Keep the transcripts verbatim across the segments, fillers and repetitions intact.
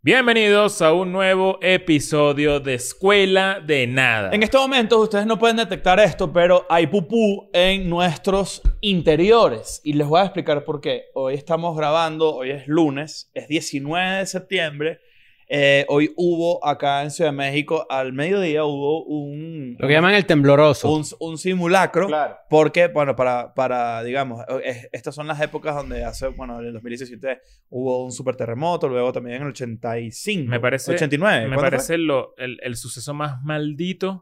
Bienvenidos a un nuevo episodio de Escuela de Nada. En estos momentos ustedes no pueden detectar esto, pero hay pupú en nuestros interiores. Y les voy a explicar por qué. Hoy estamos grabando, hoy es lunes, es diecinueve de septiembre. Eh, hoy hubo acá en Ciudad de México, al mediodía, hubo un... Lo que llaman el tembloroso. Un, un simulacro. Claro. Porque, bueno, para, para digamos, es, estas son las épocas donde hace, bueno, en el dos mil diecisiete hubo un super terremoto, luego también en el ochenta y cinco. Me parece... ochenta y nueve. Me parece lo, el, el suceso más maldito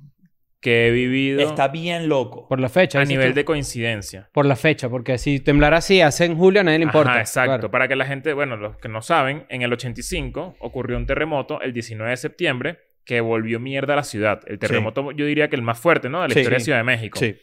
que he vivido. Está bien loco. Por la fecha. A dices nivel tú. de coincidencia. Por la fecha, porque si temblara así hace en julio a nadie le importa. Ajá, exacto. Claro. Para que la gente, bueno, los que no saben, en el ochenta y cinco ocurrió un terremoto el diecinueve de septiembre que volvió mierda a la ciudad. El terremoto, sí. Yo diría que el más fuerte, ¿no? De la Sí, historia sí. de Ciudad de México. Sí.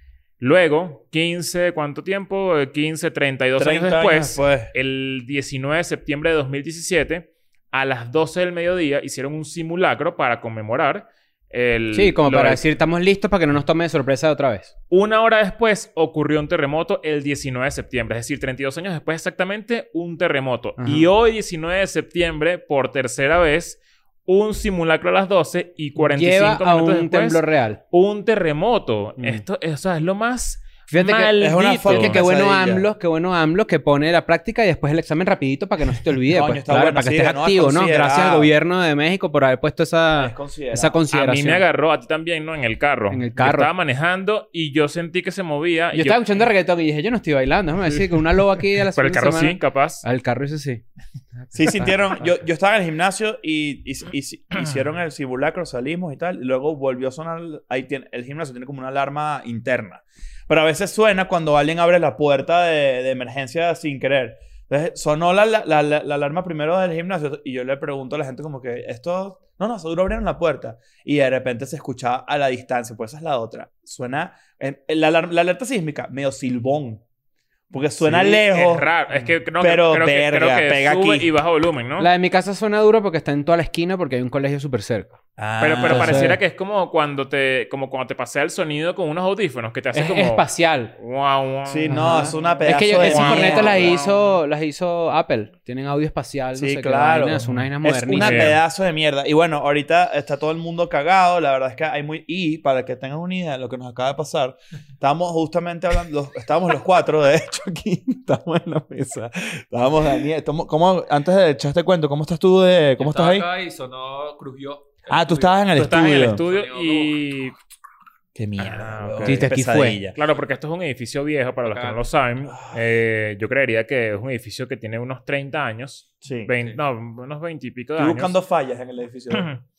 Luego, quince, ¿cuánto tiempo? quince, treinta y dos años treinta después, años después, el diecinueve de septiembre de dos mil diecisiete, a las doce del mediodía, hicieron un simulacro para conmemorar el... Sí, como lo para del- decir, estamos listos para que no nos tome de sorpresa otra vez. Una hora después ocurrió un terremoto el diecinueve de septiembre. Es decir, treinta y dos años después exactamente, un terremoto. Ajá. Y hoy, diecinueve de septiembre, por tercera vez, un simulacro a las doce y cuarenta y cinco Lleva a minutos un después, temblor real. un terremoto. Mm. Esto, o sea, es lo más Fíjate que maldito. es una forma- Que qué bueno Pesadilla. AMLO, qué bueno AMLO que pone la práctica y después el examen rapidito para que no se te olvide. Coño, pues, está claro, bueno, para que sí, estés no, es activo, ¿no? considerado. Gracias al gobierno de México por haber puesto esa, es considerado. esa A consideración. mí me agarró, a ti también, ¿no? En el carro. En el Yo carro. estaba manejando y yo sentí que se movía. y Yo estaba escuchando reggaetón y dije, yo no estoy bailando. Déjame decir, con una loba aquí de la Pero el segunda carro semana. sí, capaz. Al carro ese sí. Sí, sintieron... Yo, yo estaba en el gimnasio y, y- y- hicieron el simulacro, salimos y tal. Y luego volvió a sonar... Ahí tiene, el gimnasio tiene como una alarma interna. Pero a veces suena cuando alguien abre la puerta de, de emergencia sin querer. Entonces sonó la, la, la, la alarma primero del gimnasio y yo le pregunto a la gente como que esto... No, no, seguro abrieron la puerta. Y de repente se escuchaba a la distancia. Pues esa es la otra. Suena... en- en la, alar- la alerta sísmica, medio silbón. Porque suena Sí, lejos. Es raro. Es que creo, Pero, que, creo, que, verga, creo que pega sube aquí. y baja volumen, ¿no? La de mi casa suena duro porque está en toda la esquina porque hay un colegio súper cerca. Ah, Pero, pero Entonces- pareciera que es como cuando te, como cuando te pasea el sonido con unos audífonos que te hace Es como... espacial. Guau, guau. Sí, no, Ajá. es una Es pedazo que yo, de esas Wow. cornetas las mierda. hizo, las hizo Apple. Tienen audio espacial, no Sí, sé qué claro. vaina, son unas vainas Es una modernísimas. pedazo de mierda. Y bueno, ahorita está todo el mundo cagado. La verdad es que hay muy... Y para que tengan una idea de lo que nos acaba de pasar, estábamos justamente hablando... los- Estábamos los cuatro, de hecho, aquí. Estábamos en la mesa. Estábamos Daniel... estamos- ¿Cómo, antes de echar este cuento, ¿cómo estás tú de... ¿Cómo estás ahí? Acá y sonó, crujió. Ah, tú estabas en el Tú estás en el estudio. estudio y... Qué mierda. Ah, weón, ok. qué Sí, aquí fue. pesadilla. Claro, porque esto es un edificio viejo, para los que Acá. no lo saben. Eh, yo creería que es un edificio que tiene unos treinta años. Sí. veinte, Sí. No, unos veinte y pico de Estoy años. buscando fallas en el edificio.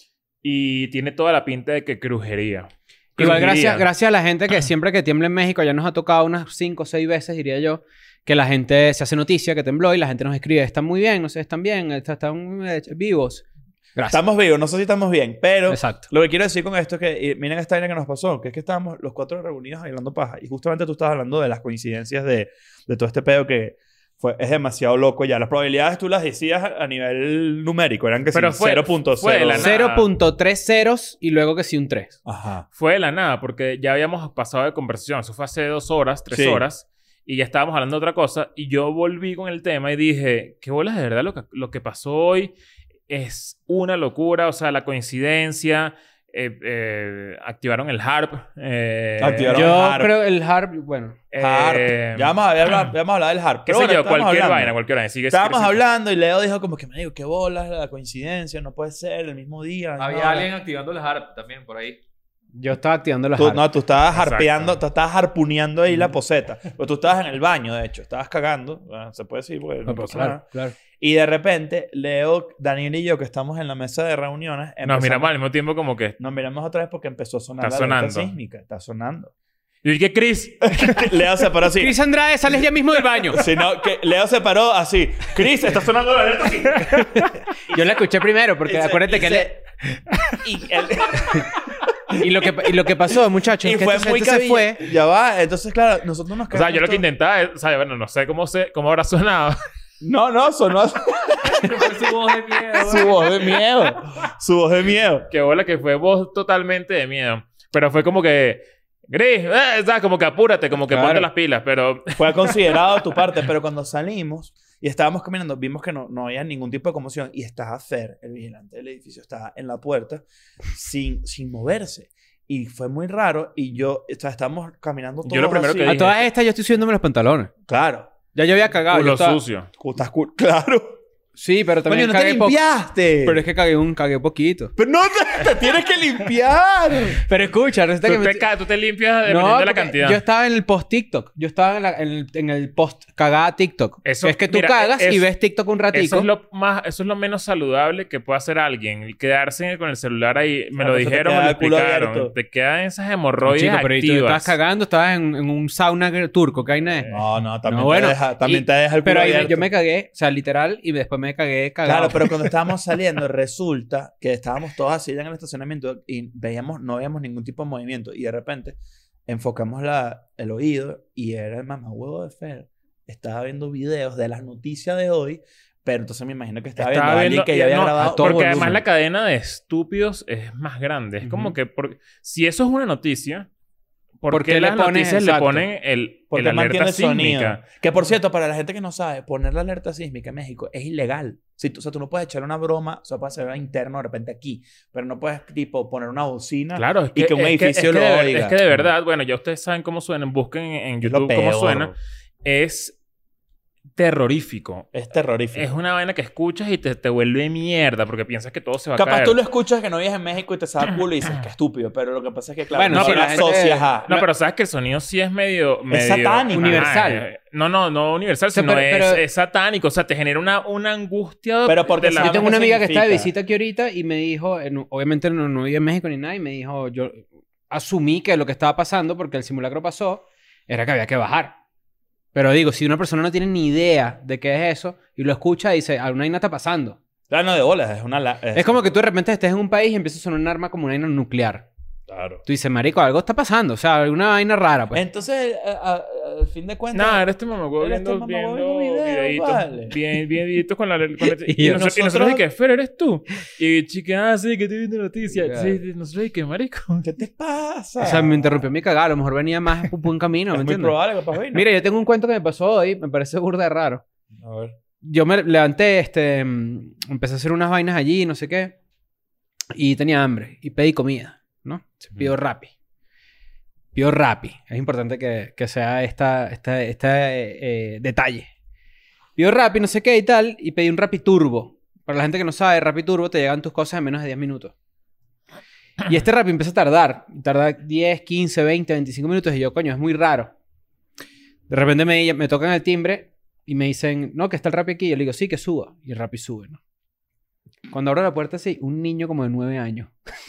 Y tiene toda la pinta de que crujería. Igual Crujería. gracias, gracias a la gente que siempre que tiembla en México, ya nos ha tocado unas cinco o seis veces, diría yo, que la gente se hace noticia que tembló y la gente nos escribe, están muy bien, no sé, están bien, est- están eh, vivos. Gracias. Estamos vivos. No sé si estamos bien, pero... Exacto. Lo que quiero decir con esto es que, y miren esta vaina que nos pasó, que es que estábamos los cuatro reunidos hablando paja. Y justamente tú estabas hablando de las coincidencias de, de todo este pedo que fue, es demasiado loco ya. Las probabilidades tú las decías a nivel numérico, eran que Pero sí, fue- cero punto fue de cero. la nada. cero punto tres ceros y luego que sí un tres. Ajá. Fue de la nada, porque ya habíamos pasado de conversación. Eso fue hace dos horas, tres Sí. horas. Y ya estábamos hablando de otra cosa. Y yo volví con el tema y dije, qué bolas de verdad lo que, lo que pasó hoy es una locura. O sea, la coincidencia. eh, eh, activaron el HARP. eh, Activaron- Yo el harp. creo el harp, bueno, Harp. eh, ya, vamos a, ya, vamos a- ya vamos a hablar del harp. qué Pero sé bueno, yo, estábamos cualquier hablando. vaina, cualquier vaina. Sigue, Estábamos sigue- hablando y Leo dijo como que me dijo, qué bolas la coincidencia, no puede ser el mismo día. Había no, alguien activando las harp también por ahí. yo estaba activando la Tú, harp. no, tú estabas Exacto. harpeando, tú estabas harpuneando ahí la poseta. Pues tú estabas en el baño, de hecho. Estabas cagando. Bueno, se puede decir porque no No, pero pasa nada. claro, claro. Y de repente, Leo, Daniel y yo, que estamos en la mesa de reuniones, Nos empezamos- miramos al mismo tiempo como que... Nos miramos otra vez porque empezó a sonar Está la alerta sonando. sísmica. Está sonando. Y dije, Chris, Leo se paró así. Cris Andrade, sales ya mismo del baño. Sino que Leo se paró así. Chris, está sonando la alerta sísmica. Yo la escuché primero porque Y se- acuérdate y que... se- le- y él- Y, lo que, y lo que pasó, muchachos, y es que fue esta muy gente se cabilla. fue... Ya va. Entonces, claro, nosotros nos o sea, quedamos yo lo que todos- intentaba es... O sea, bueno, no sé cómo, se, cómo habrá sonado. No, no, sonó así. Fue su voz de miedo. Su voz de miedo. Su voz de miedo. Qué bola que fue voz totalmente de miedo. Pero fue como que... Gris, eh, ¿sabes? Como que apúrate, como que Claro. ponte las pilas, pero... Fue considerado tu parte, pero cuando salimos Y estábamos caminando, vimos que no, no había ningún tipo de conmoción. Y estaba Fer, el vigilante del edificio, estaba en la puerta sin, sin moverse. Y fue muy raro. Y yo, o sea, estábamos caminando todos Yo lo primero así. que A dije- todas estas yo estoy subiéndome los pantalones. Claro. Ya yo había cagado. yo Culo estaba- sucio. Estás cool. Claro. Sí, pero también Coño, no te cagué poco. limpiaste. Pero es que cagué un cagué poquito. Pero no te, te tienes que limpiar. Pero escucha, resulta que Tú me... te, ca- tú te limpias dependiendo No, de la porque cantidad. yo estaba en el post TikTok. Yo estaba en, la- en el, en el post cagada TikTok. Eso- Que es que tú mira, cagas y es- ves TikTok un ratico. Eso es lo más, eso es lo menos saludable que puede hacer alguien. El Quedarse con el celular ahí. Me Claro, lo eso te dijeron, me queda lo el culo explicaron. abierto. Te quedan esas hemorroides Chico, pero y tú activas. estabas cagando, estabas en, en un sauna turco, ¿qué hay nada? No, no, también, No, bueno, te, deja, también y- te deja el culo Pero ahí me- abierto. yo me cagué, o sea, literal, y después me cagué cagado. Claro, pero cuando estábamos saliendo, resulta que estábamos todos así ya en el estacionamiento y veíamos, no veíamos ningún tipo de movimiento. Y de repente enfocamos la, el oído y era el mamahuevo de Fer. Estaba viendo videos de las noticias de hoy, pero entonces me imagino que estaba, Estaba viendo a alguien viendo- que ya había no, grabado. todo Porque volumen. además la cadena de estúpidos es más grande. Es como Ujú. que... por- si eso es una noticia... ¿Por, ¿Por qué, qué le las pones- noticias le exacto. ponen el, Porque el alerta mantiene el sonido. sísmica? Que por cierto, para la gente que no sabe, poner la alerta sísmica en México es ilegal. Si tú, o sea, tú no puedes echar una broma, o sea, puede ser interno de repente aquí, pero no puedes, tipo, poner una bocina. Claro, es Y que, que un es que- edificio es que lo de ver- oiga. Es que de verdad, bueno, ya ustedes saben cómo suenan. Busquen en Es lo YouTube cómo peor. suena. Es terrorífico. Es terrorífico. Es una vaina que escuchas y te, te vuelve mierda porque piensas que todo se va a Capaz caer. tú lo escuchas que no vives en México y te saca culo y dices que estúpido, pero lo que pasa es que, claro, Bueno, no sí, pero la la gente- asocias a... No, pero sabes que el sonido sí es medio... medio satánico. Universal. eh, no, no, no universal, sea, sino pero- es, pero- es satánico. O sea, te genera una, una angustia Pero porque de la... si Yo tengo ¿qué una amiga que está de significa? visita aquí ahorita y me dijo, en- obviamente no, no vive en México ni nada, y me dijo, yo asumí que lo que estaba pasando, porque el simulacro pasó, era que había que bajar. Pero digo, si una persona no tiene ni idea de qué es eso y lo escucha y dice, alguna vaina está pasando. Claro, no de bolas, es una... la- Es como que tú de repente estés en un país y empieza a sonar un arma como una vaina nuclear. Claro. Tú dices, marico, algo está pasando. O sea, alguna vaina rara, pues. Entonces, a- a- al fin de cuentas... Nada, era este mamagüevo Era viendo, este mamagüevo viendo viendo videos, videitos. vale. Bien, bien videitos con la... Con la Y y, yo- nosotros, y nosotros nosotros- de que, Fer, ¿eres tú? Y chica, ah, sí, que estoy viendo noticias. Claro. Sí, sí, nosotros de que, marico. ¿Qué te pasa? O sea, me interrumpió mi cagada. A lo mejor venía más por buen camino, ¿me Es muy entiendes? probable que pase. Mira, yo tengo un cuento que me pasó hoy. Me parece burda de raro. A ver. Yo me levanté, este... mm, empecé a hacer unas vainas allí, no sé qué. Y tenía hambre. Y pedí comida, ¿no? Se pidió Rappi. Pidió Rappi. Es importante que, que sea esta, esta, este eh, eh, detalle. Pidió Rappi, no sé qué y tal. Y pedí un Rappi Turbo. Para la gente que no sabe, Rappi Turbo te llegan tus cosas en menos de diez minutos. Y este Rappi empieza a tardar. Tarda diez, quince, veinte, veinticinco minutos. Y yo, coño, es muy raro. De repente me, me tocan el timbre y me dicen, no, que está el Rappi aquí. Yo le digo, sí, que suba. Y el Rappi sube, ¿no? Cuando abro la puerta, sí, un niño como de nueve años.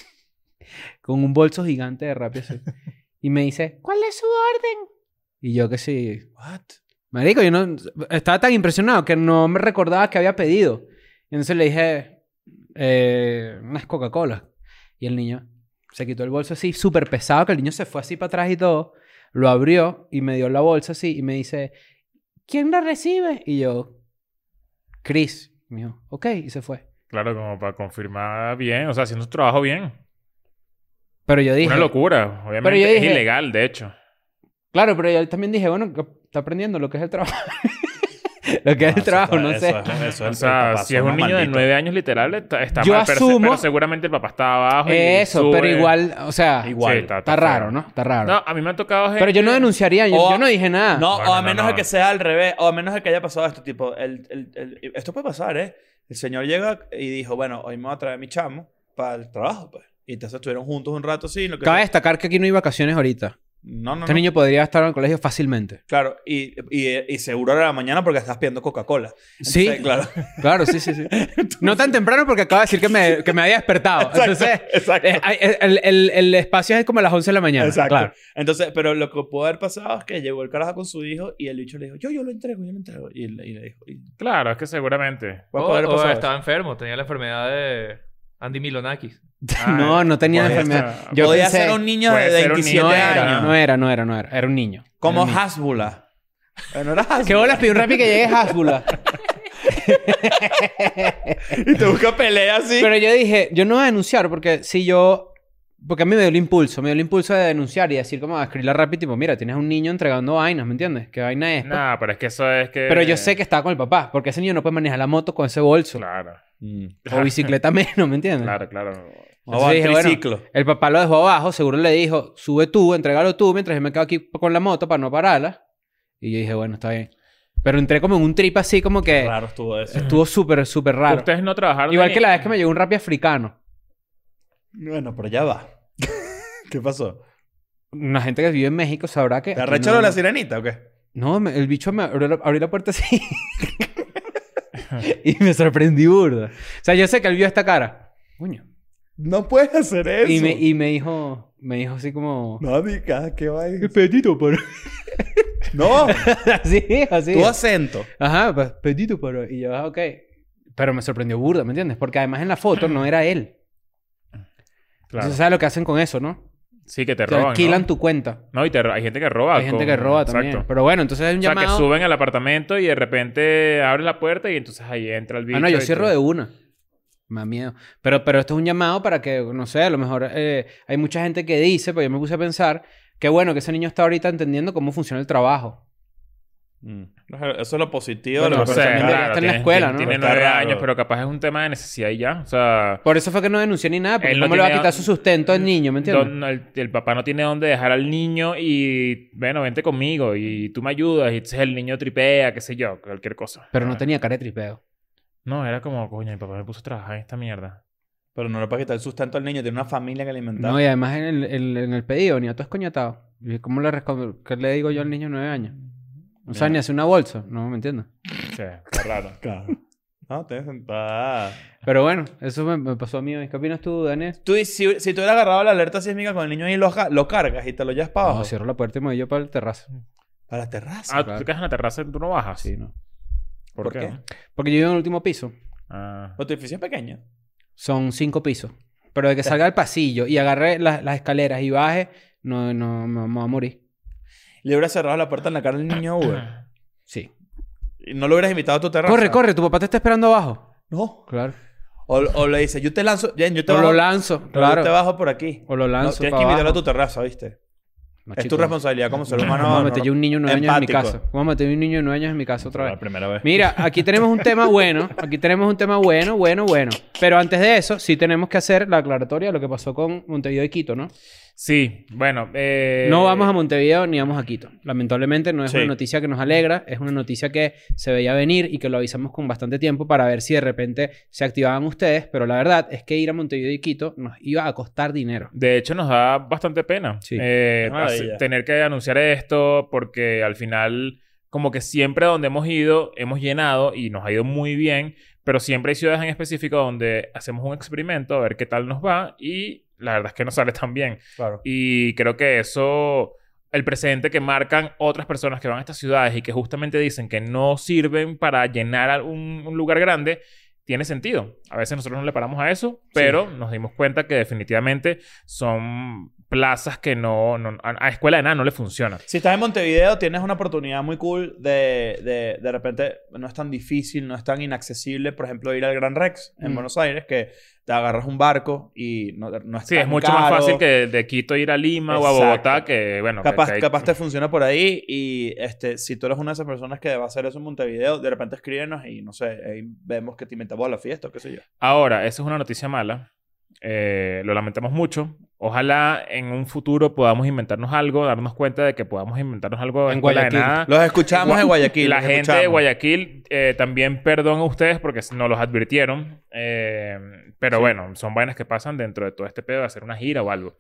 Con un bolso gigante de Rappi así. Y me dice, ¿cuál es su orden? Y yo que sí. What? Marico, yo no... Estaba tan impresionado que no me recordaba que había pedido. Y entonces le dije, eh, unas Coca-Cola. Y el niño se quitó el bolso así, súper pesado, que el niño se fue así para atrás y todo. Lo abrió y me dio la bolsa así y me dice, ¿quién la recibe? Y yo, Chris. Y me dijo, ok, y se fue. Claro, como para confirmar bien. O sea, haciendo su trabajo bien. Pero yo dije... Una locura. Obviamente Pero yo es dije- ilegal, de hecho. Claro, pero yo también dije, bueno, que está aprendiendo lo que es el trabajo. lo que es el eso trabajo, está- no sé. eso es- eso es O el sea, papá, si es un somos niño de malditos. nueve años, literal, está, está Yo mal. Pero, se- asumo- pero seguramente el papá estaba abajo. y Eso, sube. pero igual, o sea, Igual. Sí, está, está raro, feo. ¿no? Está raro. No, a mí me ha tocado gente... pero yo no denunciaría, yo, O- yo no dije nada. No, Bueno, o a no, menos no. de que sea al revés, o a menos de que haya pasado esto, tipo, el, el, el- esto puede pasar, ¿eh? El señor llega y dijo, bueno, hoy me voy a traer a mi chamo para el trabajo, pues. Y entonces estuvieron juntos un rato, sí. Lo que Cabe sea. destacar que aquí no hay vacaciones ahorita. No, no, Este no. niño podría estar en el colegio fácilmente. Claro, y, y, y seguro era la mañana porque estás pidiendo Coca-Cola. Sí. Entonces, claro. Claro, sí, sí, sí. No tan temprano porque acaba de decir que me, que me había despertado. Exacto, Entonces, exacto. eh, hay- el, el, el espacio es como a las once de la mañana. Exacto. Claro. Entonces, pero lo que pudo haber pasado es que llegó el carajo con su hijo y el bicho le dijo, yo, yo lo entrego, yo lo entrego. Y, le- y le dijo, y Claro, es que seguramente. puede O, poder o pasar eso. estaba enfermo, tenía la enfermedad de Andy Milonakis. Ah, no, no tenía podía enfermedad. estar- Yo Podía pensé- ser un niño puede de ser un veintisiete No niño. era, años. no era, no era, no era. Era un niño. Como Era un niño. Hasbula. Eh, No era Hasbula. ¿Qué bolas pidió un Rappi que llegue Hasbula? Y te busca pelea así. Pero yo dije, yo no voy a denunciar porque si yo Porque a mí me dio el impulso. Me dio el impulso de denunciar y decir como a escribirle rápido, tipo, mira, tienes un niño entregando vainas, ¿me entiendes? ¿Qué vaina es? pues? No, pero es que eso es que... Pero yo sé que estaba con el papá. Porque ese niño no puede manejar la moto con ese bolso. Claro. Mm. O bicicleta menos, ¿me entiendes? Claro, claro. O Entonces va dije, en bueno, triciclo. el papá lo dejó abajo. Seguro le dijo, sube tú, entrégalo tú. Mientras yo me quedo aquí con la moto para no pararla. Y yo dije, bueno, está bien. Pero entré como en un trip así como que... Raro estuvo eso. Estuvo súper, súper raro. Ustedes no trabajaron... Igual de que la ni- vez que me llegó un rapi africano. Bueno, pero ya va. ¿Qué pasó? Una gente que vive en México sabrá que... ¿Te aquí arrecharon no- la sirenita o qué? No, me- el bicho me abrió la, abrió la puerta así. Y me sorprendí burda. O sea, yo sé que él vio esta cara. Coño. No puedes hacer eso. Y me, y me dijo... Me dijo así como... No digas que va a "Qué petito para..." No, así, así. tu acento. Ajá, pues, petito para... Y yo, ah, ok. Pero me sorprendió burda, ¿me entiendes? Porque además en la foto no era él. Claro. Entonces, ¿sabes lo que hacen con eso, no? Sí, que te Te roban, alquilan ¿no? tu cuenta. No, y te ro- hay gente que roba. Hay gente con- que roba también. Exacto. Pero bueno, entonces es un O sea, llamado... que suben al apartamento y de repente abren la puerta y entonces ahí entra el bicho. Ah, no, yo y cierro te- de una. Me da miedo. Pero, pero esto es un llamado para que, no sé, a lo mejor eh, hay mucha gente que dice, pues yo me puse a pensar, que bueno que ese niño está ahorita entendiendo cómo funciona el trabajo. Mm. Eso es lo positivo. Bueno, de No lo pero sé, que también se- debería estar en la tiene- escuela, tiene- ¿no? Tiene Está nueve raro. años, pero capaz es un tema de necesidad y ya. O sea... Por eso fue que no denuncié ni nada, porque Él no ¿cómo le va a tiene- quitar su sustento al niño, ¿me entiendes? Don- el, el papá no tiene dónde dejar al niño y... Bueno, vente conmigo y tú me ayudas y entonces el niño tripea, qué sé yo, cualquier cosa. Pero no tenía cara de tripeo. No, era como, coño, mi papá me puso a trabajar en esta mierda. Pero no le puedes quitar el sustento al niño. Tiene una familia que alimentar. No, y además en el, el- en el pedido venía todo escoñatado. ¿Y cómo le respondo? ¿Qué le digo yo al niño de nueve años? O sea, Mira. ni hace una bolsa. No, ¿me entiendes? Sí, está raro. Claro. No, te sentada. Pero bueno, eso me, me pasó a mí hoy. ¿Qué opinas tú, Daniel? Tú, si, si tú hubieras agarrado la alerta sísmica con el niño ahí, lo, ja- lo cargas y te lo llevas para abajo. No, cierro la puerta y me voy yo para el terrazo. Para la terraza. Ah, claro. ¿tú quedas en la terraza y tú no bajas? Sí, ¿no? ¿Por, ¿Por qué? qué? Porque yo vivo en el último piso. Ah. ¿O tu edificio es pequeño? Son cinco pisos. Pero de que salga al pasillo y agarre las, las escaleras y baje, no, no, me, me voy a morir. Le hubieras cerrado la puerta en la cara del niño Uber. Sí. Y no lo hubieras invitado a tu terraza. Corre, corre, tu papá te está esperando abajo. No. Claro. O, o le dice, yo te lanzo. Jen, yo te O bajo. lo lanzo, Yo claro. te bajo por aquí. O lo No, lanzo. tienes pa' que invitarlo a abajo. tu terraza, ¿viste? No, es chico. tu responsabilidad como ser humano. Vamos a meter no- yo un niño de nueve años en mi empático. casa. Vamos a meter un niño de nueve años en mi casa otra La vez. primera vez. Mira, aquí tenemos un tema bueno. Aquí tenemos un tema bueno, bueno, bueno. Pero antes de eso, sí tenemos que hacer la aclaratoria de lo que pasó con Montevideo y Quito, ¿no? Sí, bueno. Eh... No vamos a Montevideo ni vamos a Quito. Lamentablemente no es Sí. una noticia que nos alegra. Es una noticia que se veía venir y que lo avisamos con bastante tiempo para ver si de repente se activaban ustedes. Pero la verdad es que ir a Montevideo y Quito nos iba a costar dinero. De hecho, nos da bastante pena Sí. eh, Qué maravilla. hace- tener que anunciar esto porque al final, como que siempre donde hemos ido, hemos llenado y nos ha ido muy bien, pero siempre hay ciudades en específico donde hacemos un experimento a ver qué tal nos va y la verdad es que no sale tan bien. Claro. Y creo que eso, el precedente que marcan otras personas que van a estas ciudades y que justamente dicen que no sirven para llenar un, un lugar grande, tiene sentido. A veces nosotros no le paramos a eso, pero nos dimos cuenta que definitivamente son plazas que no... no a, a escuela de nada no le funciona. Si estás en Montevideo, tienes una oportunidad muy cool de, de... De repente, no es tan difícil, no es tan inaccesible, por ejemplo, ir al Gran Rex en Mm. Buenos Aires, que te agarras un barco y no, no es Sí, tan es mucho más caro. fácil que de, de Quito ir a Lima o a Exacto. Bogotá que, bueno... que- Capaz, que hay- capaz te funciona por ahí y este, si tú eres una de esas personas que va a hacer eso en Montevideo, de repente escríbenos y no sé, ahí vemos que te inventamos a la fiesta o qué sé yo. Ahora, esa es una noticia mala. Eh, lo lamentamos mucho. Ojalá en un futuro podamos inventarnos algo, darnos cuenta de que podamos inventarnos algo En escuela de Guayaquil. nada. Los escuchamos en Guayaquil. La los gente escuchamos. de Guayaquil eh, también perdón a ustedes porque nos los advirtieron. Eh, pero Sí. bueno, son vainas que pasan dentro de todo este pedo de hacer una gira o algo.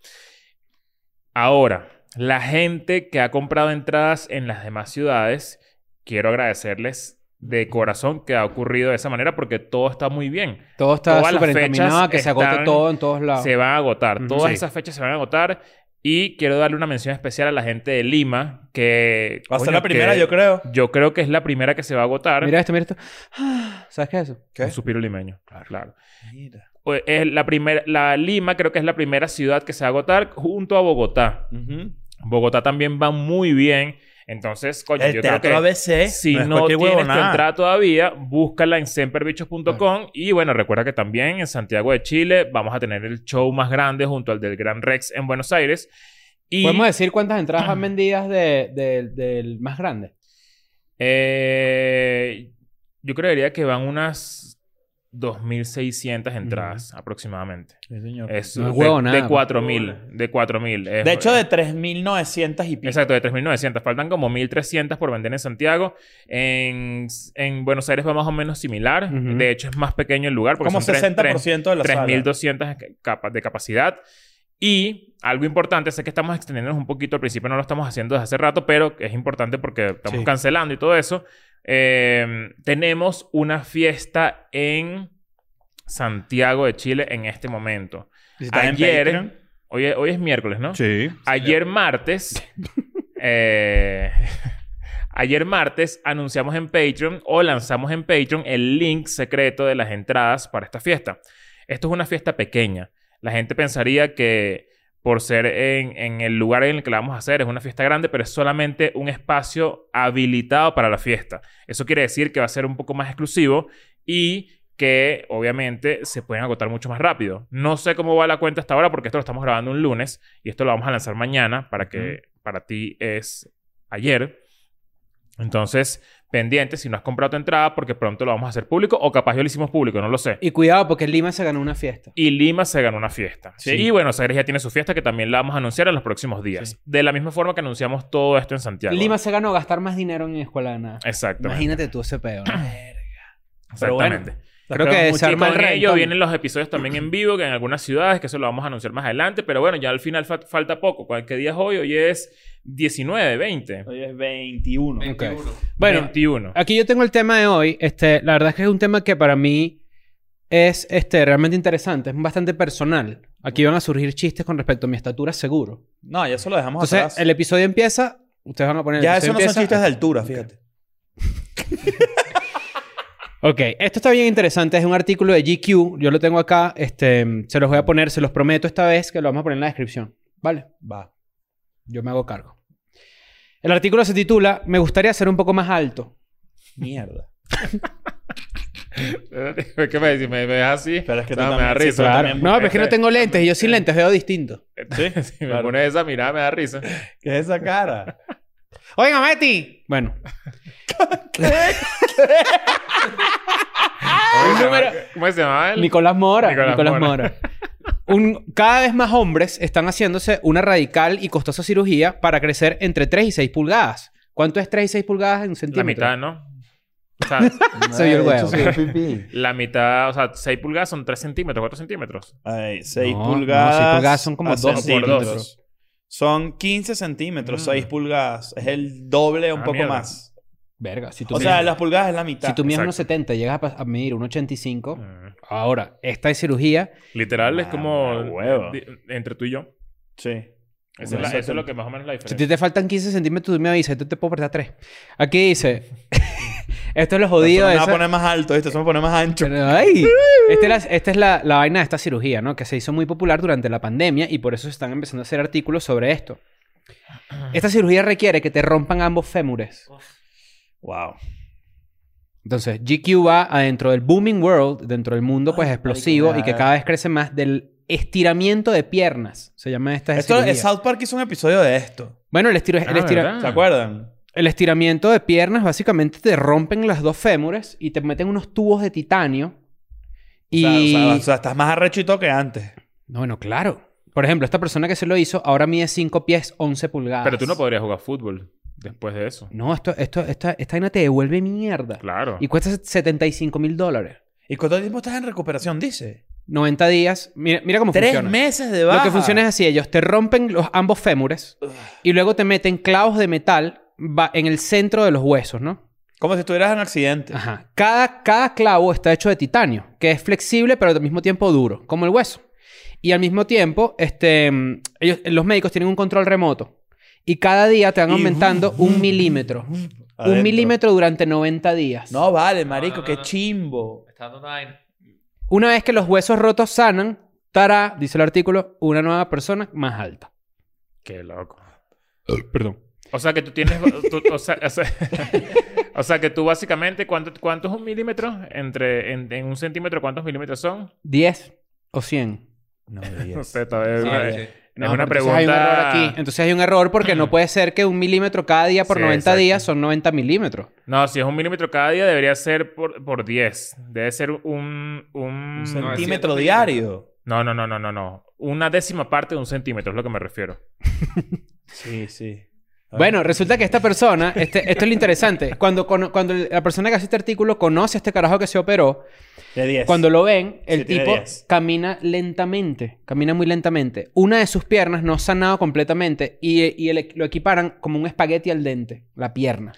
Ahora, la gente que ha comprado entradas en las demás ciudades, quiero agradecerles de corazón que ha ocurrido de esa manera porque todo está muy bien. Todo está Todas las súper encaminado a que fechas se agote están- todo en todos lados. Se van a agotar. Ujú. Todas Sí. esas fechas se van a agotar. Y quiero darle una mención especial a la gente de Lima que... Va a ser coño, la primera, que yo creo. Yo creo que es la primera que se va a agotar. Mira esto, mira esto. Ah, ¿sabes qué es eso? ¿Qué? Un suspiro limeño. Claro. Mira. O- Es la primera... La Lima creo que es la primera ciudad que se va a agotar junto a Bogotá. Ujú. Bogotá también va muy bien. Entonces, coño, El yo creo teatro que A B C si no es no cualquier tienes tu huevonada. entrada todavía, búscala en semperbichos punto com. Y bueno, recuerda que también en Santiago de Chile vamos a tener el show más grande junto al del Gran Rex en Buenos Aires. Y ¿Podemos decir cuántas entradas van vendidas de- de- del más grande? eh, yo creería que van unas dos mil seiscientas entradas aproximadamente. Sí, señor. Es No es de, huevo nada, de cuatro mil. De cuatro mil. Es- De hecho, de tres mil novecientos y pico. Exacto, de tres mil novecientas. Faltan como mil trescientas por vender en Santiago. En, en Buenos Aires va más o menos similar. Ujú. De hecho, es más pequeño el lugar. Porque Como son tres- sesenta por tres- ciento de la sala. tres mil doscientas capa- de capacidad. Y algo importante, sé que estamos extendiéndonos un poquito. Al principio no lo estamos haciendo desde hace rato, pero es importante porque estamos Sí. cancelando y todo eso. Eh, tenemos una fiesta en Santiago de Chile en este momento. Si estás en Ayer, Patreon. hoy es, hoy es miércoles, ¿no? Sí. Ayer martes, eh, ayer martes anunciamos en Patreon o lanzamos en Patreon el link secreto de las entradas para esta fiesta. Esto es una fiesta pequeña. La gente pensaría que por ser en, en el lugar en el que la vamos a hacer es una fiesta grande, pero es solamente un espacio habilitado para la fiesta. Eso quiere decir que va a ser un poco más exclusivo y que obviamente se pueden agotar mucho más rápido. No sé cómo va la cuenta hasta ahora porque esto lo estamos grabando un lunes y esto lo vamos a lanzar mañana para que para ti es ayer. Entonces, pendiente si no has comprado tu entrada porque pronto lo vamos a hacer público o capaz yo lo hicimos público, no lo sé. Y cuidado, porque Lima se ganó una fiesta. Y Lima se ganó una fiesta. Sí. Y Buenos Aires ya tiene su fiesta que también la vamos a anunciar en los próximos días. Sí. De la misma forma que anunciamos todo esto en Santiago. Lima se ganó gastar más dinero en escuela de nada. Exactamente. Imagínate tú ese peo, ¿no? Pero bueno, Exactamente. Creo que se Y arma el con ello reventón. vienen los episodios también en vivo, que en algunas ciudades, que eso lo vamos a anunciar más adelante. Pero bueno, ya al final fa- falta poco. ¿Cuál- ¿Qué día es hoy? Hoy es diecinueve, veinte. Hoy es veintiuno. veintiuno. Bueno, veintiuno. aquí yo tengo el tema de hoy. Este, la verdad es que es un tema que para mí es este, realmente interesante. Es bastante personal. Aquí van a surgir chistes con respecto a mi estatura, seguro. No, ya eso lo dejamos Entonces, atrás. el episodio empieza... Ustedes van a poner... el Ya episodio eso no son empieza- chistes de altura, fíjate. Ok, esto está bien interesante. Es un artículo de G Q. Yo lo tengo acá. Este, se los voy a poner, se los prometo esta vez que lo vamos a poner en la descripción. ¿Vale? Va. Yo me hago cargo. El artículo se titula Me gustaría ser un poco más alto. Mierda. ¿Qué me dices? ¿Me ves así? Pero es que tú No, me también- da sí, risa. tú Claro. también- No, pero es que no tengo lentes. Y yo sin lentes veo distinto. Sí, Si me claro. pones esa mirada, me da risa. ¿Qué es esa cara? ¡Oiga, Meti! Bueno. ¿Cómo se llama- ¿Cómo se llamaba él? Nicolás Mora. Nicolás Nicolás, Mora. Mora. Un, cada vez más hombres están haciéndose una radical y costosa cirugía para crecer entre tres y seis pulgadas. ¿Cuánto es tres y seis pulgadas en La centímetros? mitad, ¿no? O sea, Se vio el huevo. pipí. la mitad, o sea, seis pulgadas son tres centímetros, cuatro centímetros. Ay, seis No, pulgadas. no, seis pulgadas son como a dos centímetros. centímetros. Son quince centímetros, Mm. seis pulgadas. Es el doble, un Ah, poco mierda. más. Verga. Si tú O mides- sea, las pulgadas es la mitad. si tú mides exacto. unos setenta y llegas a, pa- a medir unos ochenta y cinco... Mm. Ahora, esta cirugía... Literal es Ah, como huevo. di- entre tú y yo. Sí. Eso, es, la- eso es lo que más o menos la Si a ti diferencia. te faltan quince centímetros, tú me avisas. Yo te puedo prestar tres. Aquí dice... Esto es lo jodido Eso de me va a esa- poner más alto, ¿viste? Eso me pone más ancho. Pero, ay, esta es, la, esta es la, la vaina de esta cirugía, ¿no? Que se hizo muy popular durante la pandemia y por eso se están empezando a hacer artículos sobre esto. Esta cirugía requiere que te rompan ambos fémures. Wow. Entonces, G Q va adentro del booming world, dentro del mundo pues Ay, explosivo marico, y que me- cada vez crece más del estiramiento de piernas. Se llama esta Esto, cirugía. el South Park hizo un episodio de esto. Bueno, el, estiro- el, Ah, estira- ¿verdad? ¿Se acuerdan? el estiramiento de piernas básicamente te rompen las dos fémures y te meten unos tubos de titanio. Y... O, sea, o, sea, o sea, estás más arrechito que antes. No, bueno, claro. Por ejemplo, esta persona que se lo hizo ahora mide cinco pies, once pulgadas. Pero tú no podrías jugar fútbol después de eso. No, esto, esto, esta, esta vaina te devuelve mierda. Claro. Y cuesta setenta y cinco mil dólares. ¿Y cuánto tiempo estás en recuperación, dice? noventa días. Mira, mira cómo Tres funciona. meses de baja. Lo que funciona es así. Ellos te rompen los ambos fémures y luego te meten clavos de metal va- en el centro de los huesos, ¿no? Como si estuvieras en un accidente. Ajá. Cada, cada clavo está hecho de titanio, que es flexible pero al mismo tiempo duro, como el hueso. Y al mismo tiempo, este, mm, ellos, los médicos tienen un control remoto. Y cada día te van Y- aumentando un milímetro. Adentro. Un milímetro durante noventa días. No, vale, marico. No, no, qué no. chimbo. Me está dando una vaina. Una vez que los huesos rotos sanan, tará, dice el artículo, una nueva persona más alta. Qué loco. Perdón. O sea, que tú tienes... tú- o, sea, o, sea, o sea, que tú básicamente... ¿Cuánto, cuánto es un milímetro? Entre... En, en un centímetro, ¿cuántos milímetros son? ¿diez o cien? No, No diez. sé, todavía es Sí, una, sí. es No, una pero entonces hay un error pregunta... aquí. Entonces hay un error porque no puede ser que un milímetro cada día por Sí, noventa exacto. días son noventa milímetros. No, si es un milímetro cada día, debería ser por, por diez. Debe ser un... Un, Un un... centímetro es diario. No, no, no, no, no, no. Una décima parte de un centímetro es lo que me refiero. Sí, sí. Bueno, resulta que esta persona, este, esto es lo interesante, cuando, cono- cuando la persona que hace este artículo conoce a este carajo que se operó, De diez. cuando lo ven, el Sí, tiene tipo diez. camina lentamente, camina muy lentamente. Una de sus piernas no ha sanado completamente y, y el- lo equiparan como un espagueti al dente, la pierna.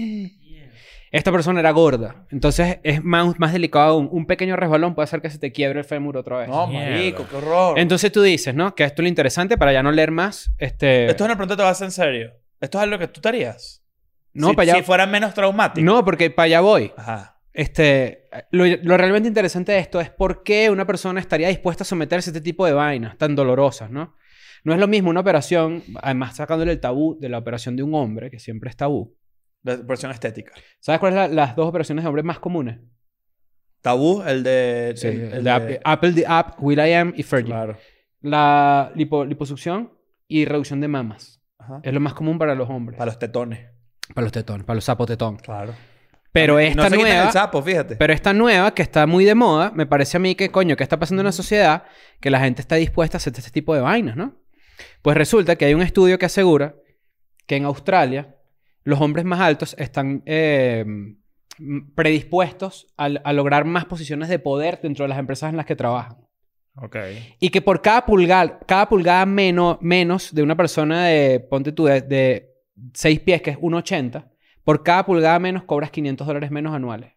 Esta persona era gorda, entonces es más, más delicado aún. Un pequeño resbalón puede hacer que se te quiebre el fémur otra vez. No, Mierda. marico, qué horror. Entonces tú dices, ¿no? Que esto es lo interesante para ya no leer más. Este... Esto es una pregunta que te vas a hacer en serio. ¿Esto es algo que tú te harías? No, si, para allá... si fuera menos traumático. No, porque para allá voy. Ajá. Este, lo, lo realmente interesante de esto es por qué una persona estaría dispuesta a someterse a este tipo de vainas tan dolorosas, ¿no? No es lo mismo una operación, además sacándole el tabú de la operación de un hombre, que siempre es tabú. La versión estética. ¿Sabes cuáles son la- las dos operaciones de hombres más comunes? Tabú, el de... Sí, el, el el de Apple, Apple, The App, Will I Am y Fergie. Claro. La lipo- liposucción y reducción de mamas. Ajá. Es lo más común para los hombres. Para los tetones. Para los tetones, para los zapotetón. Claro. Pero Y esta no se quitan nueva... el sapo, fíjate. Pero esta nueva, que está muy de moda, me parece a mí que, coño, ¿qué está pasando en la sociedad? Que la gente está dispuesta a hacer este tipo de vainas, ¿no? Pues resulta que hay un estudio que asegura que en Australia los hombres más altos están eh, predispuestos a, a lograr más posiciones de poder dentro de las empresas en las que trabajan. Ok. Y que por cada pulgada, cada pulgada menos, menos de una persona de, ponte tú, de, de seis pies, que es uno ochenta, por cada pulgada menos cobras quinientos dólares menos anuales.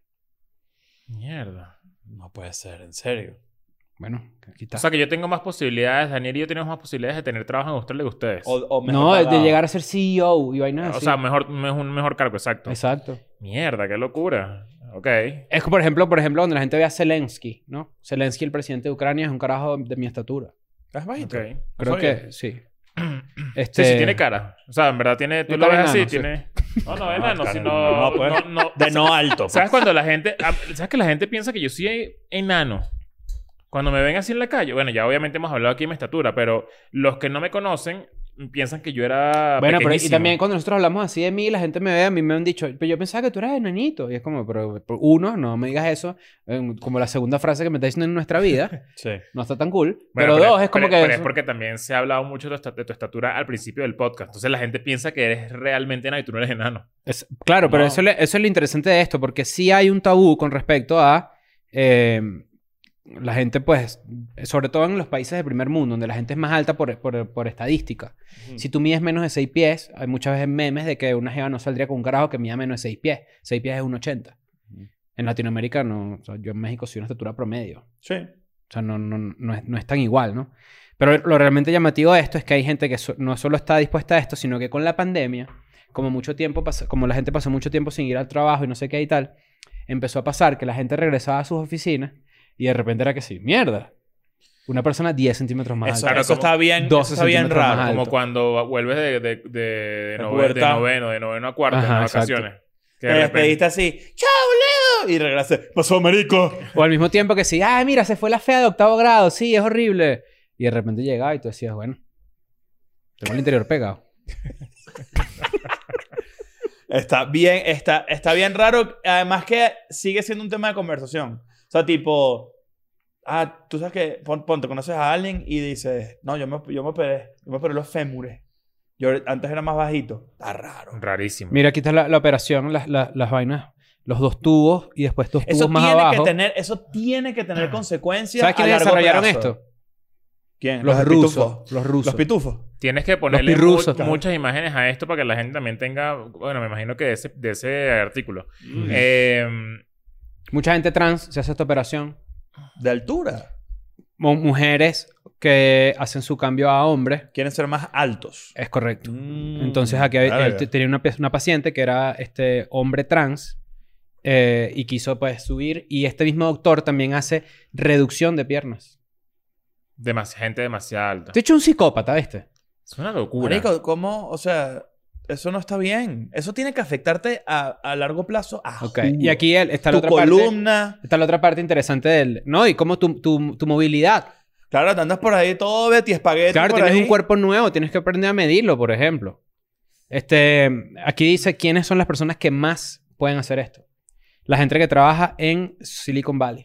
Mierda. No puede ser, en serio. Bueno, aquí está. O sea, que yo tengo más posibilidades, Daniel y yo tenemos más posibilidades de tener trabajo en Australia que ustedes. O, o mejor No, de, de pagado. llegar a ser C E O y vainas o así. sea, mejor, me- un mejor cargo, exacto. Exacto. Mierda, qué locura. Ok. Es que, por ejemplo, por ejemplo, donde la gente ve a Zelensky, ¿no? Zelensky, el presidente de Ucrania, es un carajo de mi estatura. ¿Es bajito? Ok. Creo sabía. que sí. Sí, Este... sí, tiene cara. O sea, en verdad tiene... Tú Tiene lo cara ves de así, enano, sí. tiene... No, no de enano, cara, sino... no, pues. no, no- De no alto. ¿Sabes cuando la gente... ah, ¿Sabes que la gente piensa que yo soy enano? Cuando me ven así en la calle... Bueno, ya obviamente hemos hablado aquí de mi estatura, pero los que no me conocen piensan que yo era Bueno, pero y pequeñísimo. también cuando nosotros hablamos así de mí, la gente me ve, a mí me han dicho, pero yo pensaba que tú eras enanito. Y es como, pero, pero uno, no me digas eso. eh, Como la segunda frase que me está diciendo en nuestra vida. Sí. No está tan cool. Bueno, pero, dos, es como pero- que... pero es porque también se ha hablado mucho de tu, esta- de tu estatura al principio del podcast. Entonces la gente piensa que eres realmente enano y tú no eres enano. Es- claro, pero No. eso, le- eso es lo interesante de esto, porque sí hay un tabú con respecto a eh, la gente, pues, sobre todo en los países del primer mundo, donde la gente es más alta por, por, por estadística. Si tú mides menos de seis pies, hay muchas veces memes de que una jeva no saldría con un carajo que mida menos de seis pies. seis pies es uno ochenta. En Latinoamérica, no, o sea, yo en México soy una estatura promedio. Sí. O sea, no, no, no, es, no es tan igual, ¿no? Pero lo realmente llamativo de esto es que hay gente que so- no solo está dispuesta a esto, sino que con la pandemia, como mucho tiempo pas- como la gente pasó mucho tiempo sin ir al trabajo y no sé qué y tal, empezó a pasar que la gente regresaba a sus oficinas y de repente era que sí, mierda. Una persona diez centímetros más Eso, alta. Claro, eso como está bien, doce eso está bien centímetros más raro. alto. Como cuando vuelves de, de, de, de, De nove- de pubertad. noveno, de noveno a cuarto Ajá, en exacto. vacaciones. Que Te de repente- despediste así. ¡Chao, Leo! Y regresaste. ¡Pasó, marico! O al mismo tiempo que sí, ay, mira, se fue la fea de octavo grado, sí, es horrible. Y de repente llegaba y tú decías, bueno, tengo el interior pegado. Está bien, está, está bien raro. Además que sigue siendo un tema de conversación. O sea, tipo... Ah, tú sabes que... Pon, ponte, conoces a alguien y dices... No, yo me, yo me operé. Yo me operé los fémures. Yo antes era más bajito. Está raro. Rarísimo. Mira, aquí está la, la operación, las, las, las vainas, los dos tubos y después dos tubos Eso más tiene, abajo. que tener, eso tiene que tener consecuencias ¿Sabes a quiénes largo desarrollaron plazo. esto? ¿Quién? Los de rusos. pitufos. Los rusos. Los pitufos. Tienes que ponerle pirrusos, mu- claro. muchas imágenes a esto para que la gente también tenga... Bueno, me imagino que de ese, de ese artículo. Eh, Mucha gente trans se hace esta operación. De altura. Mu- mujeres que hacen su cambio a hombres. Quieren ser más altos. Es correcto. Mm, Entonces aquí hay- verga. él te- tenía una, pe- una paciente que era este hombre trans eh, y quiso pues subir. Y este mismo doctor también hace reducción de piernas. demas- gente demasiado alta. De hecho, un psicópata, ¿viste? Es una locura. Marico, ¿cómo? O sea... eso no está bien. Eso tiene que afectarte a, a largo plazo. A Ok. juro. Y aquí el- está la tu otra parte... columna. Está la otra parte interesante del... No, y cómo tu, tu, tu movilidad. Claro, te andas por ahí todo Betty Espagueti. Claro, por tienes ahí. un cuerpo nuevo. Tienes que aprender a medirlo, por ejemplo. Este... Aquí dice quiénes son las personas que más pueden hacer esto. La gente que trabaja en Silicon Valley.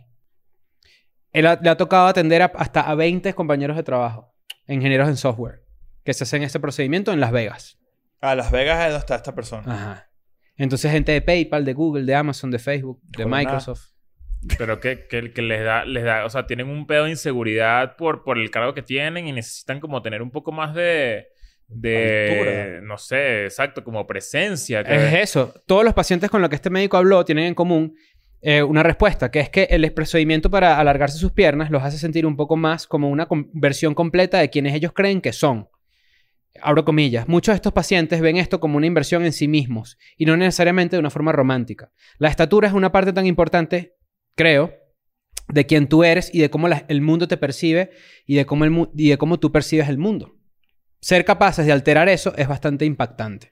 Él ha- le ha tocado atender a- hasta a veinte compañeros de trabajo. Ingenieros en software. Que se hacen este procedimiento en Las Vegas. A Las Vegas es donde está esta persona. Ajá. Entonces, gente de PayPal, de Google, de Amazon, de Facebook, de Joder, Microsoft. Pero que, que, que les da, les da, o sea, tienen un pedo de inseguridad por, por el cargo que tienen y necesitan como tener un poco más de, de, Altura. no sé, exacto, como presencia. Que, Es eso. Todos los pacientes con los que este médico habló tienen en común eh, una respuesta, que es que el procedimiento para alargarse sus piernas los hace sentir un poco más como una com- versión completa de quienes ellos creen que son. Abro comillas. Muchos de estos pacientes ven esto como una inversión en sí mismos y no necesariamente de una forma romántica. La estatura es una parte tan importante, creo, de quién tú eres y de cómo la- el mundo te percibe y de cómo, el mu- y de cómo tú percibes el mundo. Ser capaces de alterar eso es bastante impactante.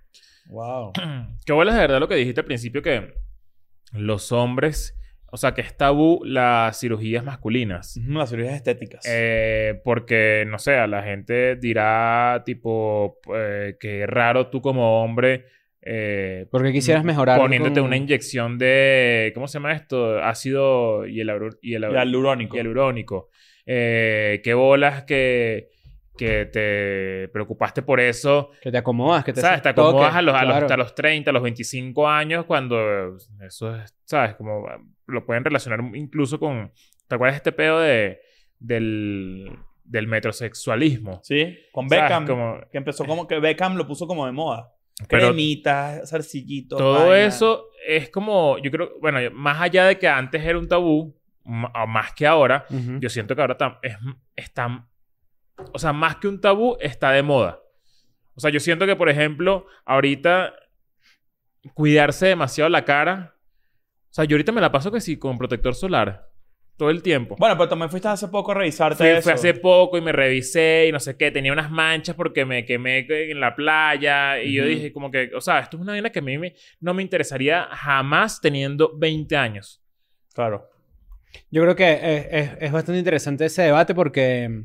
Wow. qué bolas de verdad lo que dijiste al principio que los hombres, o sea, que es tabú las cirugías masculinas. Las cirugías estéticas. Eh, porque, no sé, a la gente dirá, tipo, eh, que raro tú como hombre. Eh, Porque quisieras mejorar. poniéndote con- una inyección de. ¿Cómo se llama esto? Ácido hialuro- hialuro- Hialurónico. hialurónico. Eh, qué bolas que, que te preocupaste por eso. Que te acomodas, que te ¿Sabes? Te haces toque, acomodas a los, a los- claro. hasta los treinta, a los veinticinco años, cuando eso es, ¿sabes? Como lo pueden relacionar incluso con. ¿Te acuerdas de este pedo de, del, del metrosexualismo? Sí, con ¿Sabes? Beckham. Como- Que empezó como que Beckham lo puso como de moda. Pero- Cremitas, zarcillitos. Todo vaina. eso es como, yo creo, bueno, más allá de que antes era un tabú, m- o más que ahora, Ujú. yo siento que ahora tam- es, está, o sea, más que un tabú, está de moda. O sea, yo siento que, por ejemplo, ahorita cuidarse demasiado la cara, o sea, yo ahorita me la paso que sí, con protector solar, todo el tiempo. Bueno, pero también fuiste hace poco a revisarte Fui, eso. fui hace poco y me revisé y no sé qué. Tenía unas manchas porque me quemé en la playa. Y yo Ujú. dije como que... O sea, esto es una vaina que a mí me- no me interesaría jamás teniendo veinte años. Claro. Yo creo que es, es- es bastante interesante ese debate porque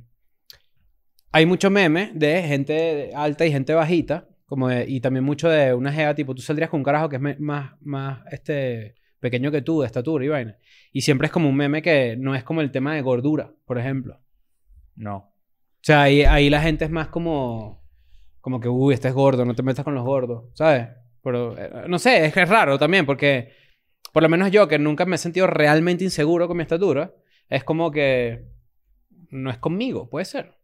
hay mucho meme de gente alta y gente bajita. Como de- y también mucho de una jeva tipo... Tú saldrías con un carajo que es me- más, más este, pequeño que tú, de estatura y vaina. Y siempre es como un meme que no es como el tema de gordura, por ejemplo. No. O sea, ahí, ahí la gente es más como... Como que, uy, este es gordo, no te metas con los gordos, ¿sabes? Pero, eh, no sé, es que es raro también porque... Por lo menos yo, que nunca me he sentido realmente inseguro con mi estatura, es como que... No es conmigo, puede ser.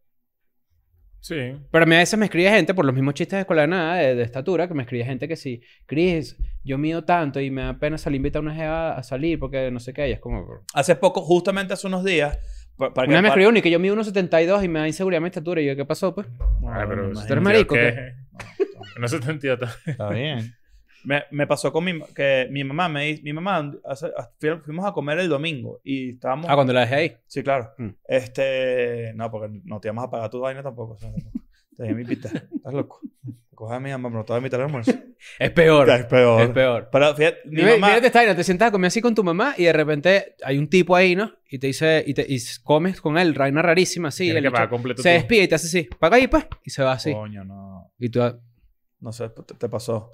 Sí. Pero a mí a veces me escribe gente por los mismos chistes de escuela de nada, de, de estatura, que me escribe gente que sí, Chris, yo mido tanto y me da pena salir invitar a una jeva a salir porque no sé qué, y es como... Hace poco, justamente hace unos días... pa- Para Una vez me pa- escribió uno y que yo mido uno setenta y dos y me da inseguridad mi estatura. Y yo, ¿qué pasó, pues? No, Ay, pero me ¿tú imagino. eres marico o que- qué? No se te entiende. Está bien. Me, me pasó con mi... Que mi mamá me dice... Mi mamá... hace- fui- fuimos a comer el domingo y estábamos... Ah, cuando la dejé ahí. Sí, claro. Mm. Este... No, porque no te íbamos a pagar tu vaina tampoco. O sea, te dije mi pita. ¿Estás loco? Coge a mi mamá, pero no te voy a invitar al almuerzo. Es peor. Es peor. Es peor. Pero fíjate, mi Mira, mamá... mírate esta vaina, te sientas a comer así con tu mamá y de repente hay un tipo ahí, ¿no? Y te dice, y, te, y comes con él, vaina rarísima, así. Tienes el que bicho pagar completo se tú. despide y te hace así, paga ahí, pues, y se va así. Coño, no. Y tú, No sé, te, te pasó.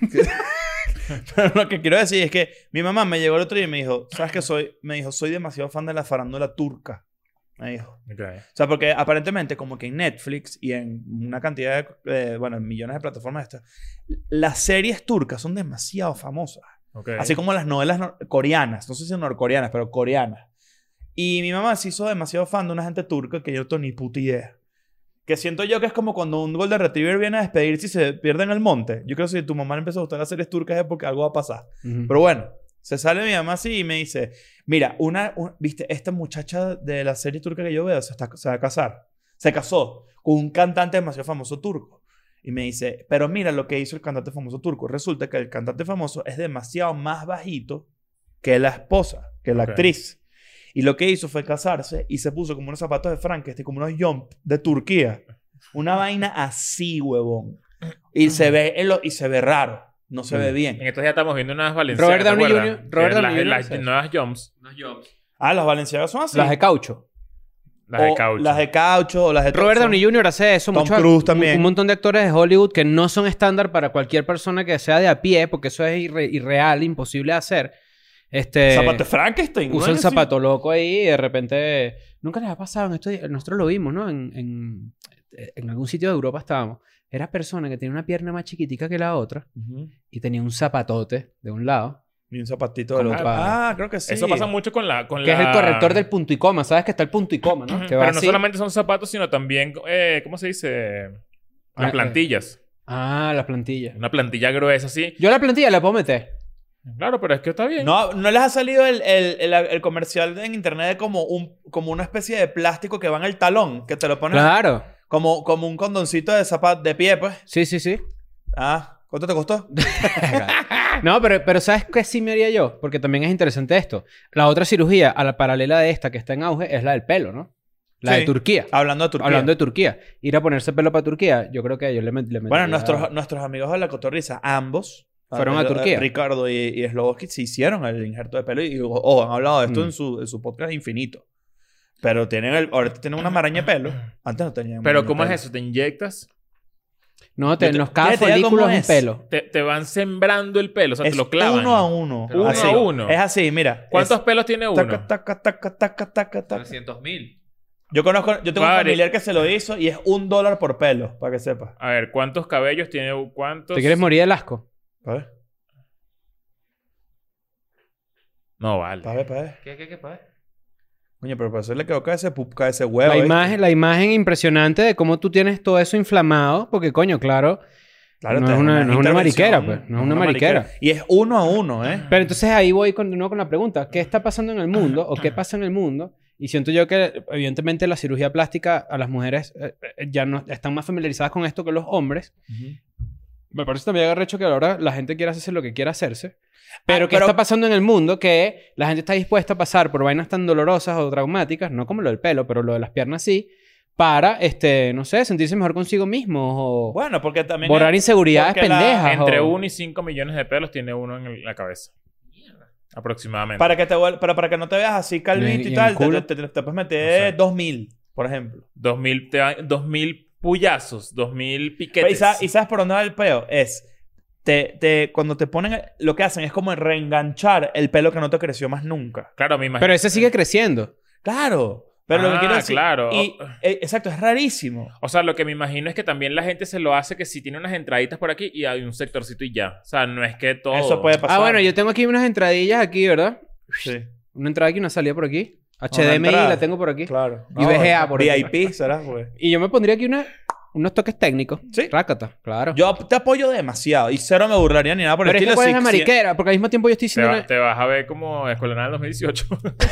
Pero lo que quiero decir es que mi mamá me llegó el otro día y me dijo, ¿sabes qué soy? Me dijo, soy demasiado fan de la farándula turca. Me dijo. Ok. O sea, porque aparentemente como que en Netflix y en una cantidad de, eh, bueno, en millones de plataformas estas, las series turcas son demasiado famosas. Ok. Así como las novelas nor- coreanas. No sé si norcoreanas, pero coreanas. Y mi mamá se hizo demasiado fan de una gente turca que yo no tengo ni puta idea. Que siento yo que es como cuando un Golden Retriever viene a despedirse y se pierde en el monte. Yo creo que si tu mamá le empezó a gustar las series turcas es porque algo va a pasar. ujú. Pero bueno, se sale mi mamá así y me dice, mira, una, un- viste, esta muchacha de la serie turca que yo veo se, está, se va a casar. Se casó con un cantante demasiado famoso turco. Y me dice, pero mira lo que hizo el cantante famoso turco. Resulta que el cantante famoso es demasiado más bajito que la esposa, que la Ok. actriz. Y lo que hizo fue casarse y se puso como unos zapatos de Frankenstein, como unos jump de Turquía. Una vaina así, huevón. Y se ve en lo, y se ve raro. No se Mm. ve bien. En estos días estamos viendo unas valencianas. Robert Downey ¿te acuerdas? junior Robert Que Downey las, junior las es eso. nuevas jumps. Unos jobs. Ah, las valencianas son así. Las de caucho. Las de O caucho. Las de caucho o las de... Robert son- Downey junior hace eso. Tom mucho- Cruise un- también. Un, montón de actores de Hollywood que no son estándar para cualquier persona que sea de a pie, porque eso es irre- irreal, imposible de hacer. Este, Zapato Frankenstein. ¿no? usa un Es así. zapato loco ahí y de repente... Nunca les ha pasado en estos días- nosotros lo vimos, ¿no? En, en, en algún sitio de Europa estábamos. Era persona que tenía una pierna más chiquitica que la otra Ujú. y tenía un zapatote de un lado, Y un zapatito del Como otro. para- Ah, creo que sí. Eso pasa mucho con la... Con que la... es el corrector del punto y coma. ¿Sabes que está el punto y coma, no? Que va Pero no así. solamente son zapatos, sino también... Eh, ¿Cómo se dice? Ah, Las eh. plantillas. Ah, las plantillas. Una plantilla gruesa así. Yo la plantilla la puedo meter. Claro, pero es que está bien. No, ¿no les ha salido el, el, el, el comercial en internet de como, un, como una especie de plástico que va en el talón? Que te lo pones Claro. como, como un condoncito de zapato de pie, pues. Sí, sí, sí. Ah, ¿cuánto te costó? No, pero, pero ¿sabes qué sí me haría yo? Porque también es interesante esto. La otra cirugía, a la paralela de esta que está en auge, es la del pelo, ¿no? La Sí. de Turquía. Hablando de Turquía. Hablando de Turquía. Ir a ponerse pelo para Turquía, yo creo que yo le, met- le Bueno, metería- nuestros, nuestros amigos de la cotorriza, ambos, Fueron a eh, Turquía. Ricardo y, y Sloboski se hicieron el injerto de pelo y ojo, han hablado de esto Mm. en, su, en su podcast infinito. Pero tienen el, ahorita tienen una maraña de pelo. Antes no tenían. Pero maraña de ¿cómo es pelo. eso? ¿Te inyectas? No, te, Yo te- nos cada fíjate ya folículo cómo es un es. pelo. Te, te van sembrando el pelo. O sea, Es te lo clavan. uno a uno. Uno Así. a uno. Es así, mira. ¿Cuántos Es pelos tiene uno? taca, taca, taca, taca, taca, taca. trescientos mil. Yo conozco, yo tengo un Pare. familiar que se lo hizo y es un dólar por pelo, para que sepas. A ver, ¿cuántos cabellos tiene? ¿Cuántos? ¿Te quieres morir del asco? Pa' ver, No, vale. pa' ver, pa' ver. ¿Qué, qué, qué, pa? Coño, pero para eso le quedó cae ese, pu- cae ese huevo. La ¿viste? imagen, la imagen impresionante de cómo tú tienes todo eso inflamado, porque coño, claro. Claro, no te- es una- no es una intervención, mariquera, pues. No es una mariquera. Y es uno a uno, ¿eh? Pero entonces ahí voy con, de nuevo con la pregunta. ¿Qué está pasando en el mundo? ¿O qué pasa en el mundo? Y siento yo que, evidentemente, la cirugía plástica a las mujeres eh, eh, ya no están más familiarizadas con esto que los hombres. Me parece también arrecho que ahora la gente quiere hacerse lo que quiera hacerse. Pero Ah, ¿qué pero- está pasando en el mundo? Que la gente está dispuesta a pasar por vainas tan dolorosas o traumáticas, no como lo del pelo, pero lo de las piernas sí, para, este, no sé, sentirse mejor consigo mismo o Bueno, porque también... borrar inseguridades porque la- pendejas. Entre o- uno y cinco millones de pelos tiene uno en el- la cabeza. Aproximadamente. Para que, te vuel- pero para que no te veas así Y en- calvito y y, en tal, el te, culo. te, te- te puedes meter No sé. dos mil, por ejemplo. Dos mil, te dan- dos mil puyazos, dos mil ¿Y piquetes. sabes, ¿Y sabes por dónde va el peo? Es... Te, te, cuando te ponen... Lo que hacen es como reenganchar el pelo que no te creció más nunca. Claro, me imagino. Pero ese sigue creciendo. Claro. Pero lo que Ah, quiero decir... claro. Y, eh, exacto, es rarísimo. O sea, lo que me imagino es que también la gente se lo hace que si tiene unas entraditas por aquí y hay un sectorcito y ya. O sea, no es que todo... Eso puede pasar. Ah, bueno, yo tengo aquí unas entradillas aquí, ¿verdad? Sí, Una entrada aquí y una salida por aquí. Una H D M I entrada. la tengo por aquí. claro. Y V G A por V aquí. I P, ¿será? Pues. Y yo me pondría aquí una, unos toques técnicos. Sí. Rácata, claro. Yo te apoyo demasiado. Y cero me burlaría ni nada por el Pero es que estilo. cuál es sí- la sí- mariquera, porque al mismo tiempo yo estoy Te, diciendo... va- una- te vas a ver como Escuela del dos mil dieciocho.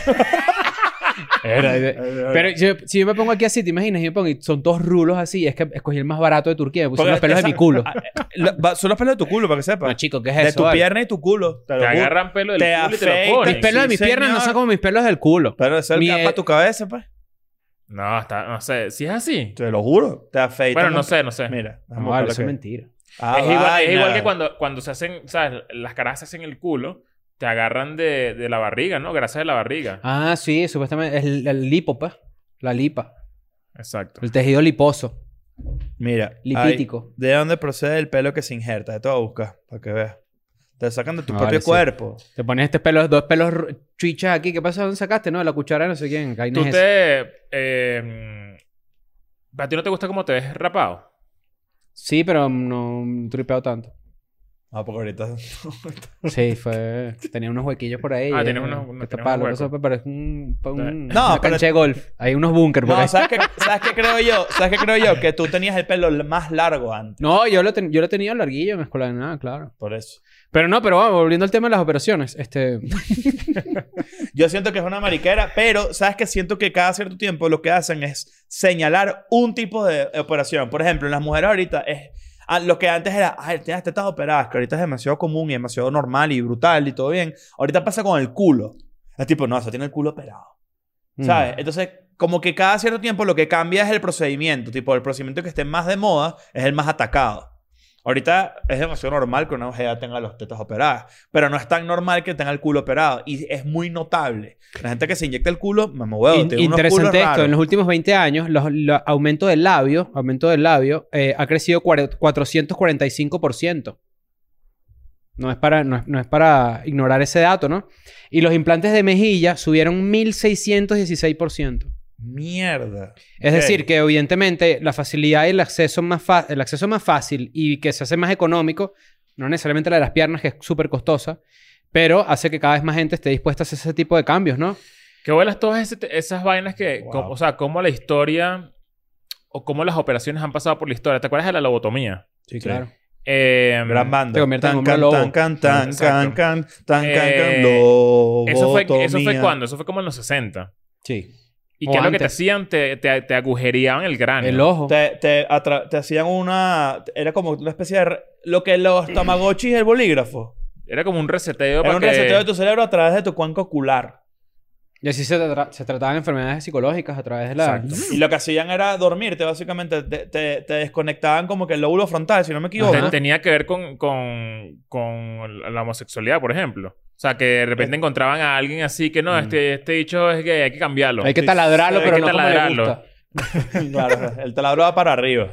Era- Pero yo- si yo me pongo aquí así, ¿te imaginas? Y me pongo, y son todos rulos así. Es que escogí el más barato de Turquía. Me puse Porque los pelos de esa- mi culo. Ah, eh, lo- va- Son los pelos de tu culo, para que sepas. No, chico, ¿qué es de eso? tu vale? pierna y tu culo. Te, lo Te juro. agarran pelo del Te culo y te lo afeitan. ponen. Mis pelos de Sí, mis piernas no señor. son como mis pelos del culo. Pero eso es Mi- para tu cabeza, pues. No, está... No sé. Si es así. Te lo juro. Te afeitan. Bueno, no un- sé, no sé. Mira. No, vamos a vale, buscar eso es lo que- mentira. Ah, es, igual, es vaina. igual que cuando, cuando se hacen... ¿Sabes? Las caras se hacen el culo. Te agarran de, de la barriga, ¿no? Grasa de la barriga. Ah, sí, supuestamente. Es el, el lipo, pues. La lipa. Exacto. El tejido liposo. Mira. Lipítico. hay- ¿De dónde procede el pelo que se injerta? De todo a buscar. Para que veas. Te sacan de tu No, propio vale, sí. cuerpo. Te pones este pelo, dos pelos r- chuichas aquí. ¿Qué pasa? ¿Dónde sacaste? No, de la cuchara de no sé quién. ¿Qué vaina Tú es esa? te... Eh, ¿A ti no te gusta cómo te ves rapado? Sí, pero no tripeo tanto. Ah, porque ahorita... Sí, fue... Tenía unos huequillos por ahí. Ah, eh, tienes unos- unos- que tienes taparlo, unos eso, huecos. pero es un... un No, una pero- cancha de golf. Hay unos búnker por No, ahí. ¿sabes qué, ¿sabes qué creo yo? ¿Sabes qué creo yo? Que tú tenías el pelo más largo antes. No, yo lo, ten- yo lo he tenido larguillo en la escuela de nada, claro. Por eso. Pero no, pero vamos, volviendo al tema de las operaciones. Este... Yo siento que es una mariquera, pero ¿sabes qué? Siento que cada cierto tiempo lo que hacen es señalar un tipo de operación. Por ejemplo, en las mujeres ahorita es... ah, lo que antes era, ay, tienes tetas operadas, que ahorita es demasiado común y demasiado normal y brutal y todo bien. Ahorita pasa con el culo. Es tipo, no, eso tiene el culo operado. ¿Sabes? Entonces, como que cada cierto tiempo lo que cambia es el procedimiento. Tipo, el procedimiento que esté más de moda es el más atacado. Ahorita es demasiado normal que una mujer tenga los tetas operadas. Pero no es tan normal que tenga el culo operado. Y es muy notable. La gente que se inyecta el culo, me huevo, In- tiene unos culos interesante esto. raros. En los últimos veinte años, los, los aumento del labio, aumento del labio, eh, ha crecido cuare- cuatrocientos cuarenta y cinco por ciento. No es, para, no, es, no es para ignorar ese dato, ¿no? Y los implantes de mejilla subieron mil seiscientos dieciséis por ciento. Mierda. Es Ok. decir, que evidentemente la facilidad y el acceso, más fa- el acceso más fácil y que se hace más económico, no necesariamente la de las piernas, que es súper costosa, pero hace que cada vez más gente esté dispuesta a hacer ese tipo de cambios, ¿no? Qué buenas todas ese- esas vainas que... Wow. co- o sea, cómo la historia... O cómo las operaciones han pasado por la historia. ¿Te acuerdas de la lobotomía? Sí, claro. Eh, Gran banda. Te convierte en Tan, hombre can, lobo. tan, can, tan, Exacto. can, can, tan, can, can, Eh, Eso fue, eso fue lobotomía. cuando, eso fue como en los sesenta. Sí. ¿Y O qué es lo que te antes. hacían? Te, te, te agujereaban el cráneo. El ojo. Te, te, atra- te hacían una... Era como una especie de... re- Lo que los tamagotchis el bolígrafo. Era como un reseteo Era para un que... reseteo de tu cerebro a través de tu cuenco ocular. Y así se, tra- se trataban enfermedades psicológicas a través de la... Exacto. Y lo que hacían era dormirte, básicamente. Te, te, te desconectaban como que el lóbulo frontal, si no me equivoco. Te- tenía que ver con, con, con la homosexualidad, por ejemplo. O sea, que de repente encontraban a alguien así que no, Mm. este, este dicho es que hay que cambiarlo. Hay que Sí, taladrarlo, hay pero que no como le taladrarlo. gusta. Claro, el taladro va para arriba.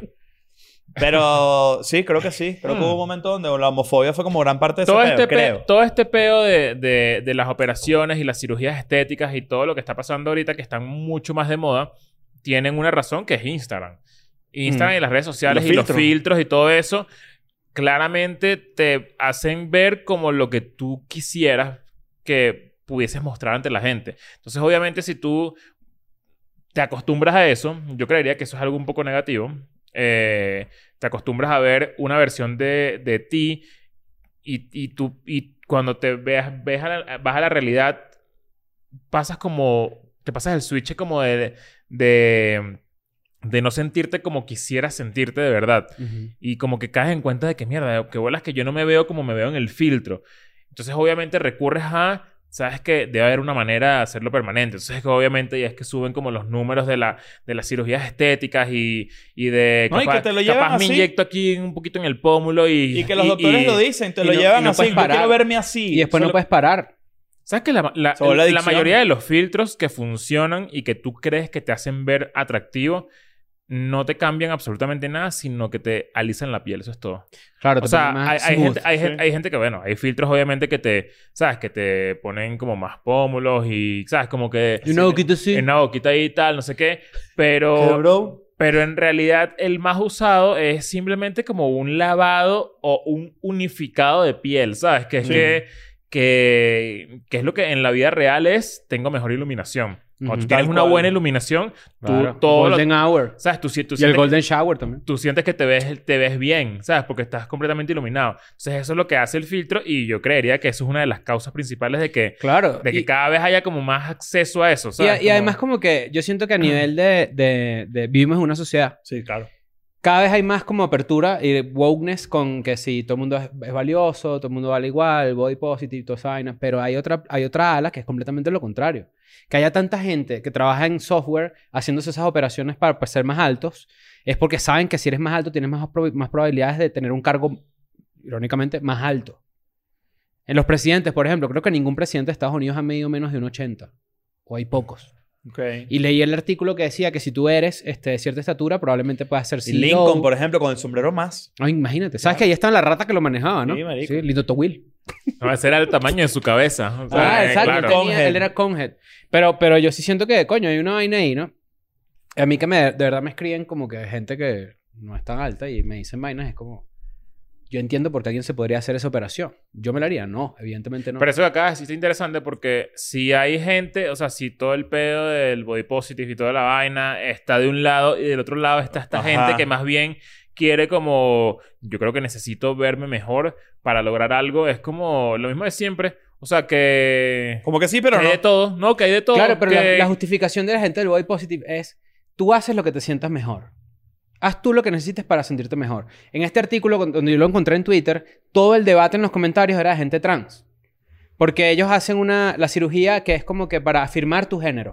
Pero sí, creo que sí. Creo que Mm. hubo un momento donde la homofobia fue como gran parte de ese todo peo, este, pe- creo. todo este peo de, de, de las operaciones y las cirugías estéticas y todo lo que está pasando ahorita, que están mucho más de moda, tienen una razón que es Instagram. Instagram Mm. y las redes sociales Los y los filtros. filtros y todo eso, claramente te hacen ver como lo que tú quisieras que pudieses mostrar ante la gente. Entonces, obviamente, si tú te acostumbras a eso, yo creería que eso es algo un poco negativo. Eh, te acostumbras a ver una versión de, de ti y, y tú y cuando te veas, ves a la, vas a la realidad, pasas como... Te pasas el switch como de... de de no sentirte como quisieras sentirte de verdad. Ujú. Y como que caes en cuenta de que mierda, que bolas que yo no me veo como me veo en el filtro. Entonces, obviamente, recurres a... Sabes que debe haber una manera de hacerlo permanente. Entonces, que obviamente ya es que suben como los números de, la, de las cirugías estéticas y, y de... No, y que te lo llevan capaz me así. inyecto aquí un poquito en el pómulo y... Y que los y- doctores y- lo dicen, te y lo no- y llevan no así. puedes Yo parar. quiero verme así. Y después no Solo- puedes parar. ¿Sabes que la, la, Se vuelve la adicción. mayoría de los filtros que funcionan y que tú crees que te hacen ver atractivo no te cambian absolutamente nada, sino que te alisan la piel. Eso es todo. Claro, O te sea, pone hay, más hay, smooth. gente, hay, sí. gente, hay gente que, bueno, hay filtros obviamente que te, ¿sabes? Que te ponen como más pómulos y, ¿sabes? Como que... Y una boquita así. En una boquita ahí y tal, no sé qué. ¿Qué, Pero... bro? Pero en realidad el más usado es simplemente como un lavado o un unificado de piel, ¿sabes? Que es Sí. que, que, que es lo que en la vida real es, tengo mejor iluminación. Cuando Ujú. tú tienes Tal una cual. buena iluminación, tú Claro. todo lo- Golden Hour. ¿sabes? Tú, si- tú Y el sientes, Golden Shower también. tú sientes que te ves, te ves bien, ¿sabes? Porque estás completamente iluminado. Entonces eso es lo que hace el filtro y yo creería que eso es una de las causas principales de que, Claro. de que y, cada vez haya como más acceso a eso, y, ¿sabes? y además como que yo siento que a nivel de, de, de... Vivimos en una sociedad. Sí, claro. Cada vez hay más como apertura y wokeness con que sí, todo el mundo es, es valioso, todo el mundo vale igual, body positive, toda esa vaina. Pero hay otra, hay otra ala que es completamente lo contrario. Que haya tanta gente que trabaja en software haciéndose esas operaciones para, para ser más altos, es porque saben que si eres más alto tienes más, prob- más probabilidades de tener un cargo, irónicamente, más alto. En los presidentes, por ejemplo, creo que ningún presidente de Estados Unidos ha medido menos de un ochenta. O hay pocos. Ok. Y leí el artículo que decía que si tú eres este, de cierta estatura, probablemente puedas ser Y C E O. Lincoln, por ejemplo, con el sombrero más. Ay, imagínate. ¿Sabes que ahí está la rata que lo manejaba, no? Sí, marico. Sí, Lito Will. No, ese era el tamaño de su cabeza. O sea, Ah, eh, exacto. claro. Él, tenía- Conehead. él era Conehead. Pero, pero yo sí siento que, coño, hay una vaina ahí, ¿no? A mí que me, de verdad me escriben como que gente que no es tan alta y me dicen vainas, es como... Yo entiendo por qué alguien se podría hacer esa operación. ¿Yo me la haría? No, evidentemente no. Pero eso que acabas de decir está interesante porque si hay gente, o sea, si todo el pedo del body positive y toda la vaina está de un lado y del otro lado está esta Ajá. gente que más bien quiere como... Yo creo que necesito verme mejor para lograr algo. Es como lo mismo de siempre. O sea, que... Como que sí, pero que hay no. de todo. No, que hay de todo. Claro, pero la, que- la justificación de la gente del body positive es... Tú haces lo que te sientas mejor. Haz tú lo que necesites para sentirte mejor. En este artículo, con- donde yo lo encontré en Twitter, todo el debate en los comentarios era de gente trans. Porque ellos hacen una... La cirugía que es como que para afirmar tu género.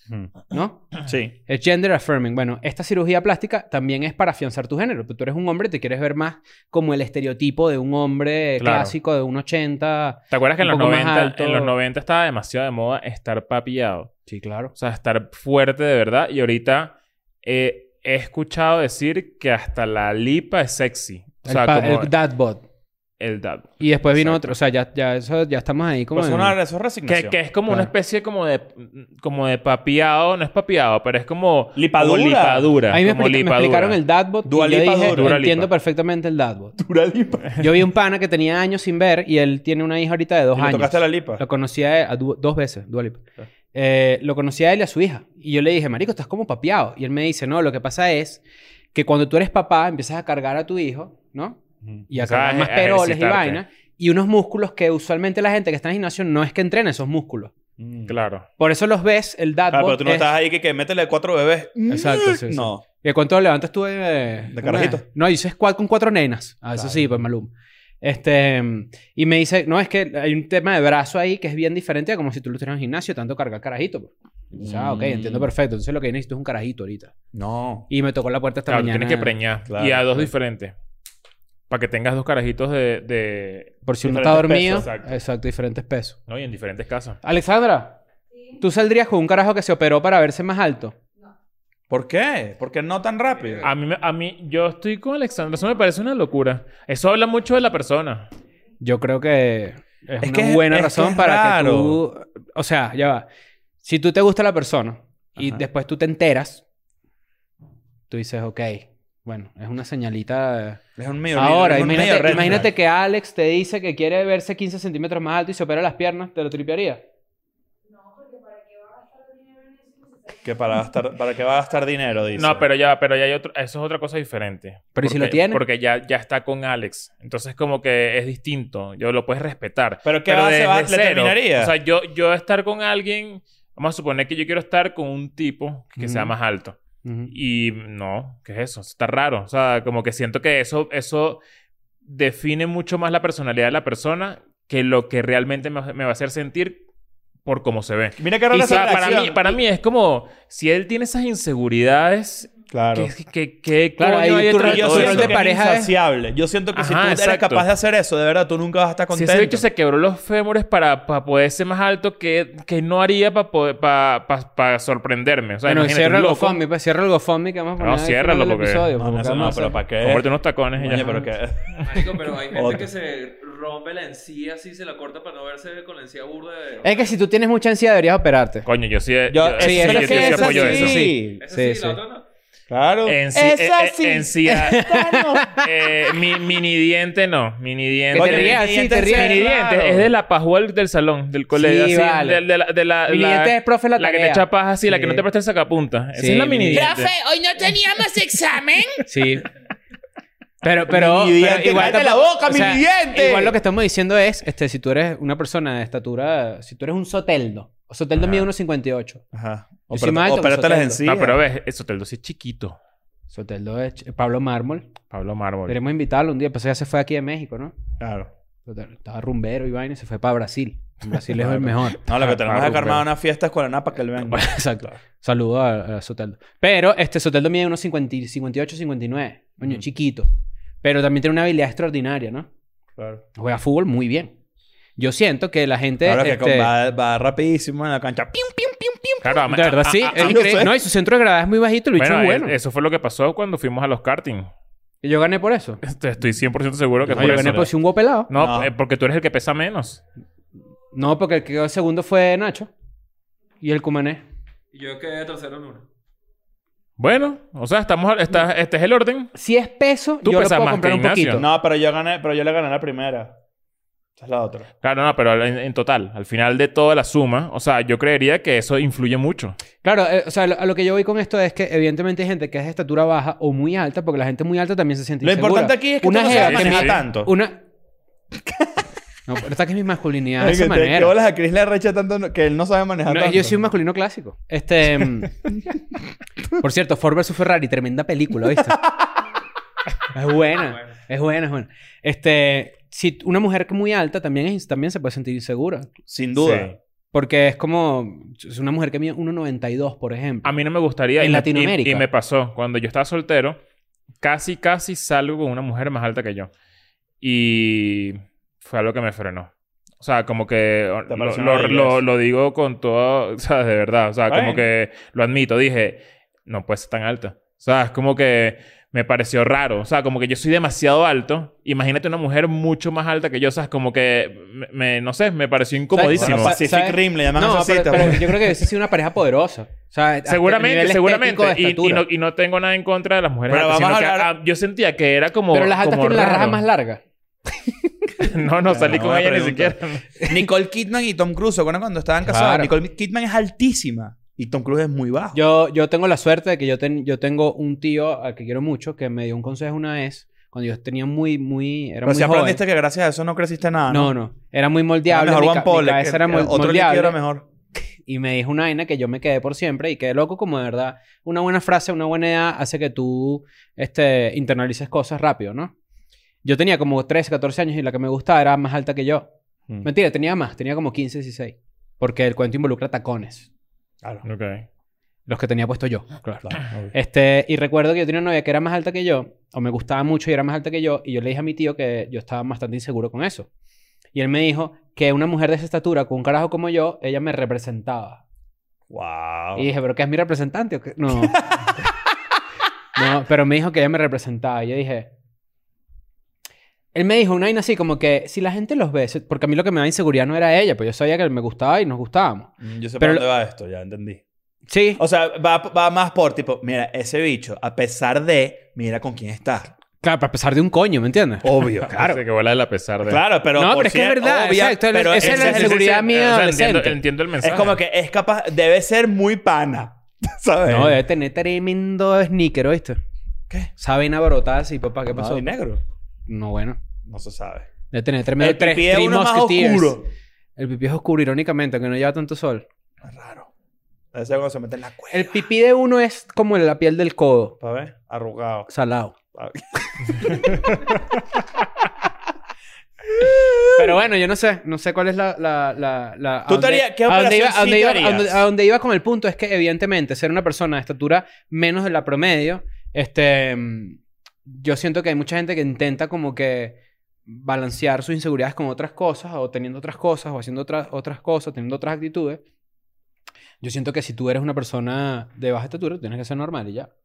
¿no? Sí. Es gender affirming. Bueno, esta cirugía plástica también es para afianzar tu género. Pero tú eres un hombre y te quieres ver más como el estereotipo de un hombre Claro. clásico de un ochenta. ¿Te acuerdas que en un los, poco más noventa, alto? en los noventa estaba demasiado de moda estar papiado? Sí, claro. O sea, estar fuerte de verdad. Y ahorita eh, he escuchado decir que hasta la lipa es sexy. O El, sea, pa- como el dad bod. el dad. Y después vino Exacto. otro. O sea, ya, ya, eso, ya estamos ahí como... Pues en- una, eso es Que, resignación. que es como una Claro. especie como de... Como de papiado. No es papiado, pero es como... Lipadura. Como lipadura. A mí me, como explica- me lipadura. explicaron el dad bod Dua y yo Lipa dije, dura. Dura entiendo Lipa. perfectamente el dad bod. Dura lipa. Yo vi un pana que tenía años sin ver y él tiene una hija ahorita de dos ¿Y le años. tocaste la lipa? Lo conocí a él a du- dos veces, Dua Lipa. Ah. Eh, lo conocí a él y a su hija. Y yo le dije, marico, estás como papiado. Y él me dice, no, lo que pasa es que cuando tú eres papá empiezas a cargar a tu hijo, ¿no? Y a O sea, cargar a- más a peroles y ejercitarte. vainas. Y unos músculos que usualmente la gente que está en el gimnasio no es que entrena esos músculos. Mm. Claro. Por eso los ves, el dad Ah, bod pero tú no es- estás ahí que, que métele cuatro bebés. Exacto, sí, sí. No. ¿Y cuánto levantas tú de... ¿De carajito? No, hice squat con cuatro nenas. Ah, eso Claro. sí, pues Malum. Este... Y me dice... No, es que hay un tema de brazo ahí que es bien diferente a como si tú lo estuvieras en un gimnasio tanto cargar carajito. Pues. O sea, ok, Mm. entiendo perfecto. Entonces lo que necesito es un carajito ahorita. No. Y me tocó la puerta esta Claro, mañana. tienes que preñar. Claro, y a dos claro. diferentes. Para que tengas dos carajitos de... de... Por si uno Diferentes está dormido. pesos, exacto. exacto. diferentes pesos. ¿no? Y en diferentes casas. Alexandra, ¿tú saldrías con un carajo que se operó para verse más alto? ¿Por qué? ¿Por qué no tan rápido? A mí, me- a mí... Yo estoy con Alexandra. Eso me parece una locura. Eso habla mucho de la persona. Yo creo que es, Es una que es- buena es que razón es para que raro. tú... O sea, ya va. Si tú te gusta la persona y Ajá. después tú te enteras, tú dices, ok, bueno, es una señalita... Es un medio Ahora, es un medio imagínate, red imagínate flag. que Alex te dice que quiere verse quince centímetros más alto y se opera las piernas, ¿te lo tripearía? Que para gastar, para qué va a gastar dinero, dice. No, pero ya, pero ya hay otro... Eso es otra cosa diferente. Pero ¿y si Porque- lo tiene? Porque ya, ya está con Alex. Entonces como que es distinto. Yo lo puedes respetar. ¿Pero qué va a- se va- desde le cero, terminaría? O sea, yo, yo estar con alguien... Vamos a suponer que yo quiero estar con un tipo que sea Ujú. más alto. Ujú. Y no, ¿qué es eso? Está raro. O sea, como que siento que eso, eso define mucho más la personalidad de la persona que lo que realmente me, me va a hacer sentir por cómo se ve. Mira qué Y rara o sea, esa para reacción. mí, para mí es como si él tiene esas inseguridades, Claro. ¿qué, qué, qué Claro, coño ahí hay tu detrás rol- de Yo tu todo rol eso? siento de que pareja es es- insaciable. Yo siento que si Ajá, tú eres exacto. capaz de hacer eso, de verdad, tú nunca vas a estar Si contento. ese bicho se quebró los fémures para, para poder ser más alto, ¿qué, qué no haría para poder, para, para, para sorprenderme? O sea, Bueno, y imagínate, cierra el un loco, GoFundMe, pues cierra el GoFundMe que vamos a poner No, al ciérralo, final del porque- episodio, No, porque no, eso vamos a no, hacer- pero ¿para qué? cómprate unos tacones y Oye, ya. pero que... Marico, pero hay gente Otro. que se rompe la encía así, se la corta para no verse con la encía burda de... Es que si tú tienes mucha ansiedad deberías operarte. Coño, yo sí... Yo, yo, sí, sí, es yo que sí- yo sí esa apoyo sí. eso. sí. Esa Sí, sí, sí. la otra no. Claro. En sí, Esa eh, sí. eh, en sí, ah, eh, mi, mini diente no. Mini diente. Que te Oye, rías, mini sí, diente te es rías. Mini diente. claro. Es de la pajuel del salón, del colegio. Sí, así, vale. de, de la, de la, Mini la- diente es profe la la que te tarea. echa paja así, la que Sí. no te presta el sacapunta. Esa Sí, es la mini mini diente. diente. hoy no teníamos examen. Sí. Pero, pero, Mini pero diente, igual cállate la tampoco- boca, mini diente. Igual lo que estamos diciendo es, este, si tú eres una persona de estatura, si tú eres un soteldo, o soteldo Ajá. mide uno cincuenta y ocho. Ajá. Yo soy más alto que Opérate las Soteldo. encías. No, pero ves, eso te lo es chiquito. Soteldo es ch- Pablo Mármol. Pablo Mármol. Queremos invitarlo un día, pues ya se fue aquí de México, ¿no? Claro. Estaba rumbero y vaina y se fue para Brasil. En Brasil es el mejor. No, lo que tenemos Ah, es que armar rumbo. una fiesta escolar para que él venga. Bueno, exacto. Saludo a, a Soteldo. Pero este Soteldo mide unos cincuenta, cincuenta y ocho, cincuenta y nueve. Coño, Ujú. chiquito. Pero también tiene una habilidad extraordinaria, ¿no? Claro. Juega fútbol muy bien. Yo siento que la gente... Claro que este, va, va rapidísimo en la cancha. ¡Pium, pium, pium, pium! Claro, de verdad, sí. ah, es ah, increíble. yo sé. No, y su centro de gravedad es muy bajito. El bicho Bueno, es bueno. eh, eso fue lo que pasó cuando fuimos a los karting. Y yo gané por eso. Este, Estoy cien por ciento seguro que No, fue yo eso. gané por si un huevo pelado. No, No. eh, porque tú eres el que pesa menos. No, porque el que quedó segundo fue Nacho. Y el Cumané. Y yo quedé tercero en una. Bueno, o sea, estamos, está- este es el orden. Si es peso, Tú yo lo pesas puedo más comprar que un Ignacio. poquito. No, pero yo gané, pero yo le gané la primera. Esa es la otra. Claro, no, pero en, en total, al final de toda la suma, o sea, yo creería que eso influye mucho. Claro, eh, o sea, lo- a lo que yo voy con esto es que evidentemente hay gente que es de estatura baja o muy alta, porque la gente muy alta también se siente Lo insegura. importante aquí es que una tú no jeva sabes que manejar me- tanto. Una... No, pero esta que es mi masculinidad de Ay, esa que te- manera. que bolas a Chris le arrecha tanto que él no sabe manejar No, tanto. yo soy un masculino clásico. Este... mm, Por cierto, Ford versus Ferrari, tremenda película, ¿viste? Es buena. Bueno. Es buena, es buena. Este... Si una mujer que es muy alta también, es- también se puede sentir insegura. Sin duda. Sí. Porque es como... Es una mujer que mide uno noventa y dos, por ejemplo. A mí no me gustaría. En y me- Latinoamérica. Y, y me pasó. Cuando yo estaba soltero, casi, casi salgo con una mujer más alta que yo. Y fue algo que me frenó. O sea, como que Te lo, pareció lo, una lo- belleza. lo digo con todo... O sea, de verdad. O sea, como Bueno. que lo admito. Dije, no puede ser tan alta. O sea, es como que me pareció raro. O sea, como que yo soy demasiado alto. Imagínate una mujer mucho más alta que yo. O sea, es como que... Me, me- no sé, me pareció incomodísimo. Bueno, Pacific ¿sabes? Rim le llaman No, esa pero, cita. pero pues. yo creo que hubiese sido una pareja poderosa. O sea, hasta a Seguramente, nivel seguramente. estético de Y, y estatura. no, y no tengo nada en contra de las mujeres Pero altas, vamos sino a que, hablar- ah, yo sentía que era como Pero las altas como tienen la raja raro. más larga. No, no, salí No, con buena ella ni pregunta. siquiera. Nicole Kidman y Tom Cruise, ¿se acuerdan cuando estaban casados? Claro. Nicole Kidman es altísima y Tom Cruise es muy bajo. Yo, yo tengo la suerte de que yo, ten- yo tengo un tío al que quiero mucho que me dio un consejo una vez cuando yo tenía muy, muy... Era Pero muy si joven. aprendiste que gracias a eso no creciste nada, No, ¿no? no. Era muy Era moldeable. mejor mi, Juan ca- mi Paul, cabeza que- era que mol- otro moldeable. líquido era mejor. Y me dijo una vaina que yo me quedé por siempre y quedé loco como de verdad. Una buena frase, una buena idea hace que tú este, internalices cosas rápido, ¿no? Yo tenía como trece, catorce años y la que me gustaba era más alta que yo. Mm. Mentira, tenía más. Tenía como quince, dieciséis. Porque el cuento involucra tacones. Claro. Ok. Los que tenía puesto yo. Claro. Claro, obvio. Este, y recuerdo que yo tenía una novia que era más alta que yo, o me gustaba mucho y era más alta que yo, y yo le dije a mi tío que yo estaba bastante inseguro con eso. Y él me dijo que una mujer de esa estatura, con un carajo como yo, ella me representaba. Wow. Y dije, ¿pero qué es mi representante o qué? No. No, pero me dijo que ella me representaba. Y yo dije... Él me dijo una vaina así como que si la gente los ve... se- Porque a mí lo que me da inseguridad no era ella, pues yo sabía que me gustaba y nos gustábamos. Mm, Yo sé Pero para dónde va esto, ya entendí. Sí. O sea, va, va más por tipo, mira, ese bicho, a pesar de, mira con quién está. Claro, a pesar de un coño, ¿me entiendes? Obvio, claro. Así que vuela de a pesar de... Claro, pero... No, por pero es que es cier- verdad, obvia- exacto, pero esa es la ese- ese- inseguridad mía O sea, adolescente. entiendo, entiendo el mensaje. Es como que es capaz... Debe ser muy pana. ¿Sabes? No, debe tener tremendo sneaker, ¿oíste? ¿Qué? Saben a brotar así, papá. ¿Qué pasó? ¿Y negro? No, bueno. No se sabe. Debe tener tremendo... El pipí tres- es three uno más musketeers. oscuro. El pipí es oscuro, irónicamente, aunque no lleva tanto sol. Es raro. Debe ser cuando se mete en la cueva. El pipí de uno es como la piel del codo. ¿Para ver? Arrugado. Salado. Pa' ver. Pero bueno, yo no sé. No sé cuál es la... la, la, la- ¿Tú a te dónde- harías- qué a dónde operación iba, a dónde sí te iba- a harías? dónde- a dónde iba con el punto es que, evidentemente, ser una persona de estatura menos de la promedio, este... mm, yo siento que hay mucha gente que intenta como que balancear sus inseguridades con otras cosas, o teniendo otras cosas, o haciendo otras, otras cosas, teniendo otras actitudes. Yo siento que si tú eres una persona de baja estatura, tú tienes que ser normal y ya.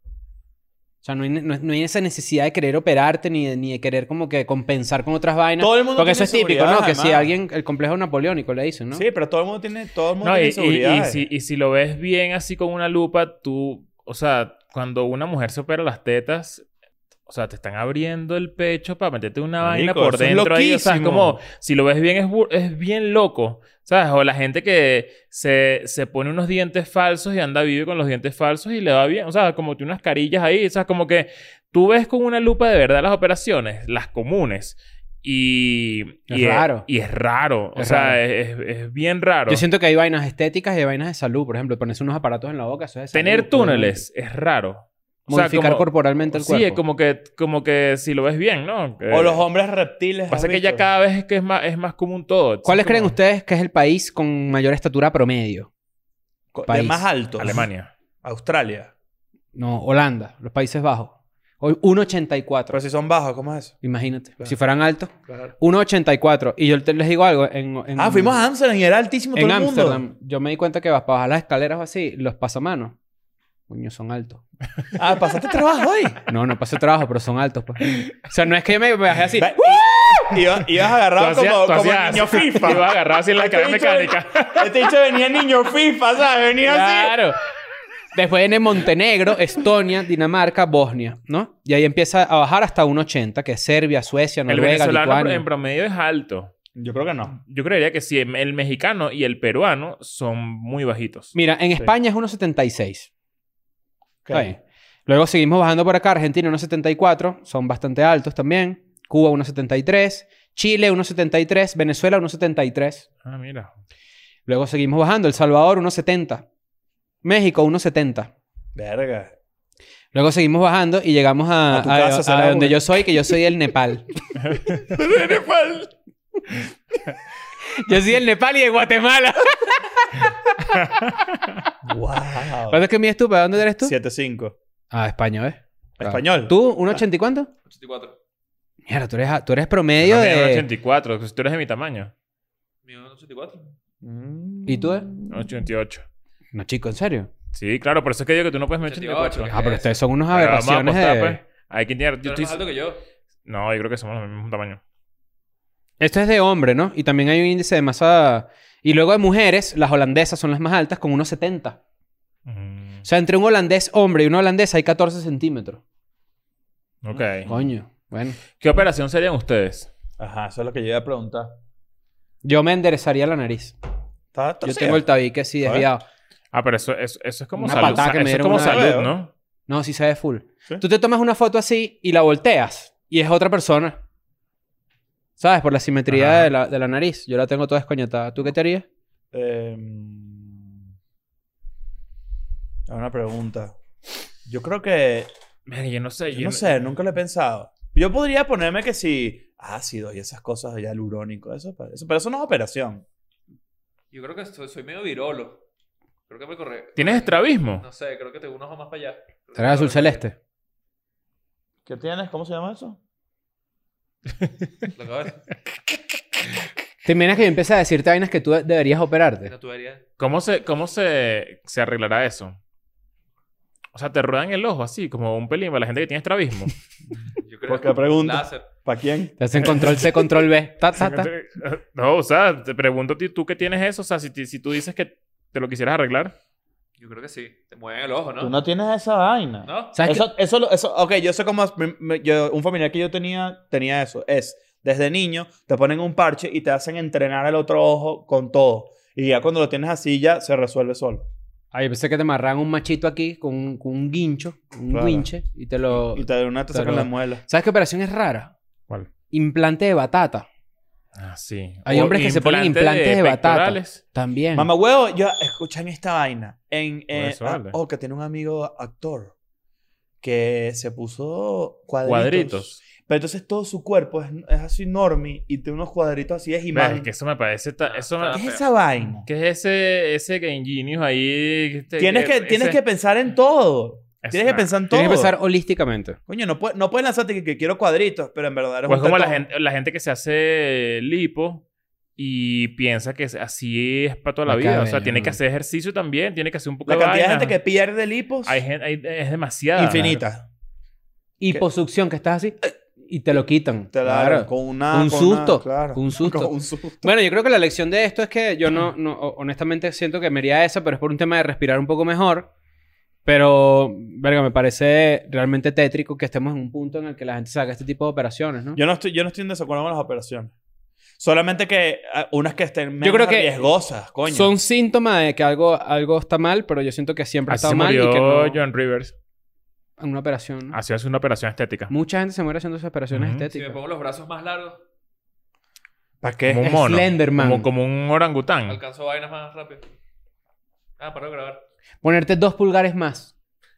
O sea, no hay, no, no hay esa necesidad de querer operarte ni de, ni de querer como que compensar con otras vainas. Todo el mundo Porque tiene eso es típico, ¿no? inseguridades, Que si además. alguien... El complejo napoleónico le dicen, ¿no? Sí, pero todo el mundo tiene... Todo el mundo No, tiene y, y, y, inseguridades. si, y si lo ves bien así con una lupa, tú... O sea, cuando una mujer se opera las tetas... O sea, te están abriendo el pecho para meterte una vaina Marico, por eso es dentro ahí. O sea, es loquísimo. como... Si lo ves bien, es, bu- es bien loco. ¿Sabes? O la gente que se, se pone unos dientes falsos y anda vive con los dientes falsos y le va bien. O sea, como tiene unas carillas ahí. O sea, como que tú ves con una lupa de verdad las operaciones, las comunes. Y... Es y raro. y es raro. O Es sea, raro. Es, es- es bien raro. Yo siento que hay vainas estéticas y hay vainas de salud. Por ejemplo, ponerse unos aparatos en la boca, eso es de salud, Tener probablemente. túneles es raro. O sea, Modificar como- corporalmente el Sí, cuerpo. es como que, como que si lo ves bien, ¿no? Que- O los hombres reptiles. Pasa ¿has que ya visto? cada vez es que es más, es más común todo. ¿Cuáles Es creen como ustedes que es el país con mayor estatura promedio? Co- De país? más altos. Alemania. Australia. No, Holanda, los Países Bajos. Hoy uno ochenta y cuatro. Pero si son bajos, ¿cómo es eso? Imagínate. Claro. Si fueran altos. Claro. uno ochenta y cuatro. Y yo te- les digo algo. En, en- Ah, fuimos a Amsterdam y era altísimo todo En el mundo. Ámsterdam, yo me di cuenta que vas para bajar las escaleras o así, los pasamanos. Coño, son altos. Ah, ¿pasaste trabajo hoy? No, no pasé trabajo, pero son altos, pues. O sea, no es que yo me bajé así. Ve- y- Ibas, ibas agarrado Tú hacías- como, tú como hacías- niño FIFA. Te ibas a agarrar así en la Este cara bicho- mecánica. Este dicho venía niño FIFA, ¿sabes? Venía así. Claro. Después viene Montenegro, Estonia, Dinamarca, Bosnia, ¿no? Y ahí empieza a bajar hasta uno ochenta, que es Serbia, Suecia, El Noruega, venezolano Lituania. en promedio es alto. Yo creo que no. Yo creería que sí. El mexicano y el peruano son muy bajitos. Mira, en España es uno setenta y seis. Ok. Está bien. Luego seguimos bajando por acá. Argentina uno setenta y cuatro. Son bastante altos también. Cuba uno setenta y tres. Chile uno setenta y tres. Venezuela uno setenta y tres. Ah, mira. Luego seguimos bajando. El Salvador uno setenta. México uno setenta. Verga. Luego seguimos bajando y llegamos a, A tu a- casa, a será, donde güey. yo soy, que yo soy del Nepal. Yo soy del Nepal y de Guatemala. Wow. ¿Cuánto es que mides tú? ¿Para dónde eres tú? siete cinco. Ah, España, ¿ves? Español. ¿Tú? ¿uno ochenta y cuánto? ochenta y cuatro. Mierda, tú eres, tú eres promedio Yo también de... ochenta y cuatro. Tú eres de mi tamaño. Mío ochenta y cuatro. Mm. ¿Y tú, eh? ochenta y ocho. No, chico, ¿en serio? Sí, claro. Por eso es que digo que tú no puedes medir ochenta y ocho. ochenta y cuatro. Ah, pero Eso. ustedes son unos Pero vamos a aberraciones apostar, de... pues. Hay quien tiene... Tú Yo eres estoy... más alto que yo. No, yo creo que somos del mismo tamaño. Esto es de hombre, ¿no? Y también hay un índice de masa... Y luego de mujeres, las holandesas son las más altas con uno setenta. Mm, O sea, entre un holandés hombre y una holandesa hay catorce centímetros. ok. Coño. Bueno. ¿Qué operación serían ustedes? Ajá, eso es lo que yo iba a preguntar. Yo me enderezaría la nariz. ¿Está Yo torcido? tengo el tabique así A ver. desviado. Ah, pero eso, eso, eso es como Una salud. patada que me Eso es dieron como una vez. salud, ¿no? No, sí se ve full. ¿Sí? Tú te tomas una foto así y la volteas. Y es otra persona. ¿Sabes? Por la simetría Ajá. de la, de la nariz. Yo la tengo toda escoñetada. ¿Tú qué te harías? Eh, una pregunta. Yo creo que... Verga, Yo no sé. Yo no sé, nunca lo he pensado. Yo podría ponerme que si ácido y esas cosas, ya hialurónico, eso, eso, pero eso no es operación. Yo creo que soy, soy medio virolo. Creo que me corre. ¿Tienes estrabismo? No sé, creo que tengo un ojo más para allá. Creo que ¿Será azul me corre- celeste? ¿Qué tienes? ¿Cómo se llama eso? La cabeza. ¿Te imaginas que yo empiece a decirte vainas que tú deberías operarte? La tubería. ¿Cómo se, cómo se, se arreglará eso? O sea, te ruedan el ojo así, como un pelín para la gente que tiene estrabismo. Yo creo ¿Por qué pregunta? Láser. ¿Para quién? Te hacen control C, control B. Ta, ta, ta. No, o sea, te pregunto a ti, tú que tienes eso, o sea, si, ti- si tú dices que te lo quisieras arreglar. Yo creo que sí. Te mueven el ojo, ¿no? Tú no tienes esa vaina. ¿No? ¿Sabes Eso, eso, lo- eso, ok, yo sé cómo... me- me- yo- un familiar que yo tenía, tenía eso. Es, desde niño, te ponen un parche y te hacen entrenar el otro ojo con todo. Y ya cuando lo tienes así, ya se resuelve solo. Ah, yo pensé que te amarran un machito aquí con, un- con un guincho, un Claro. guinche, y te lo... Y te de una te sacan Pero- la muela. ¿Sabes qué operación es rara? ¿Cuál? Implante de batata. Ah, sí. Hay O hombres que se ponen implante implantes de, batata. pectorales. También. Mamá huevo, yo escuchan esta vaina. En, eh, eso, ah, vale. oh, que tiene un amigo actor que se puso cuadritos. Cuadritos. Pero entonces todo su cuerpo es, es así normie y tiene unos cuadritos así, es Verga, imán. que eso me parece... ta- eso me- está ¿Qué es feo. esa vaina? ¿Qué es ese, ese Game Genius ahí? Este- Tienes que, ese- tienes que pensar en todo. es Tienes que una- pensar en todo. Tienes que pensar holísticamente. Coño, no, puedes no puedes lanzarte que, que quiero cuadritos, pero en verdad eres Pues un como la tetón. gente, la gente que se hace lipo y piensa que es- así es para toda la Me vida. cae O sea, bien, tiene ¿no? que hacer ejercicio también. Tiene que hacer un poco La de cantidad de vaina. gente que pierde lipos, Hay gente... hay- es demasiada. infinita. Hiposucción, que estás así y te lo quitan. Te la Claro. con una... Un con susto. Una, claro. Un susto. Con un susto. Bueno, yo creo que la lección de esto es que yo no, no ho- honestamente siento que me haría esa, pero es por un tema de respirar un poco mejor. Pero, verga, me parece realmente tétrico que estemos en un punto en el que la gente se haga este tipo de operaciones, ¿no? Yo no estoy, yo no estoy en desacuerdo con las operaciones. Solamente que ah, unas que estén menos creo que riesgosas, coño. Son síntomas de que algo, algo está mal, pero yo siento que siempre ha Así estado se mal y murió que no... John Rivers. En una operación, ¿no? Así hace una operación estética. Mucha gente se muere haciendo esas operaciones Ujú. Si me estéticas. pongo los brazos más largos, ¿Para qué? Como un Es mono. Slenderman. Como, como un orangután. alcanzo vainas más rápido. Ah, para de grabar. Ponerte dos pulgares más.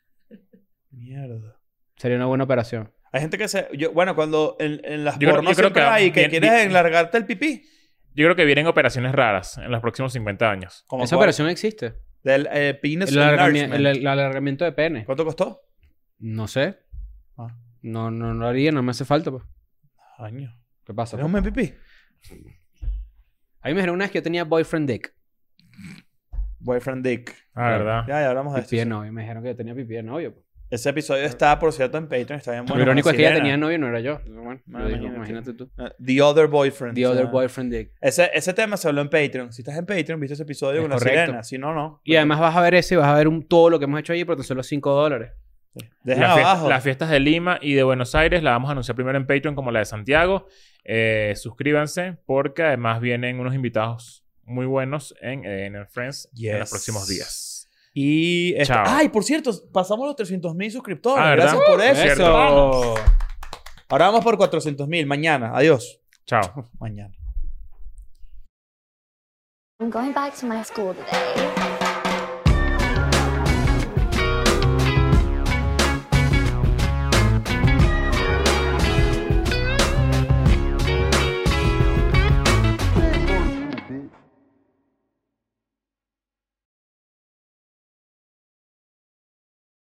Mierda. Sería una buena operación. Hay gente que se... Yo, bueno, cuando en, en las Yo creo- pornos yo creo siempre que hay que bien- quieres bien- enlargarte el pipí. Yo creo que vienen operaciones raras en los próximos cincuenta años. ¿Cómo Esa cuál? operación existe. Del eh, penis El, alargami- enlargement. el- el alargamiento de pene. ¿Cuánto costó? No sé. Ah. No, no, no lo haría, no me hace falta, pues. Año. ¿Qué pasa? ¿Tienes un buen pipí? A mí me dijeron una vez que yo tenía boyfriend dick. Boyfriend dick. Ah, ¿verdad? Ya, ya hablamos de Pipí de eso. novio. Me dijeron que yo tenía pipí de novio. Pues. Ese episodio está, por cierto, en Patreon. Está bien bueno. Lo irónico con es que ella Sirena. tenía novio y no era yo. Bueno, Ah, yo digo, imagínate. imagínate tú. Uh, The Other Boyfriend. The o sea, other boyfriend dick. Ese, ese tema se habló en Patreon. Si estás en Patreon, viste ese episodio Es con la correcto. sirena. Si no, no. Y además vas a ver ese y vas a ver un, todo lo que hemos hecho allí por tan solo cinco dólares. Dejen Las, fiestas- abajo. las fiestas de Lima y de Buenos Aires las vamos a anunciar primero en Patreon como la de Santiago. Eh, suscríbanse porque además vienen unos invitados muy buenos en, en el Friends en Yes. los próximos días. Y... este- Chao. Ay, por cierto, pasamos los trescientos mil suscriptores. Ah, ¿verdad? Gracias por eso. Cierto. Vamos. Ahora vamos por cuatrocientos mil. Mañana. Adiós. Chao. Mañana. I'm going back to my school today.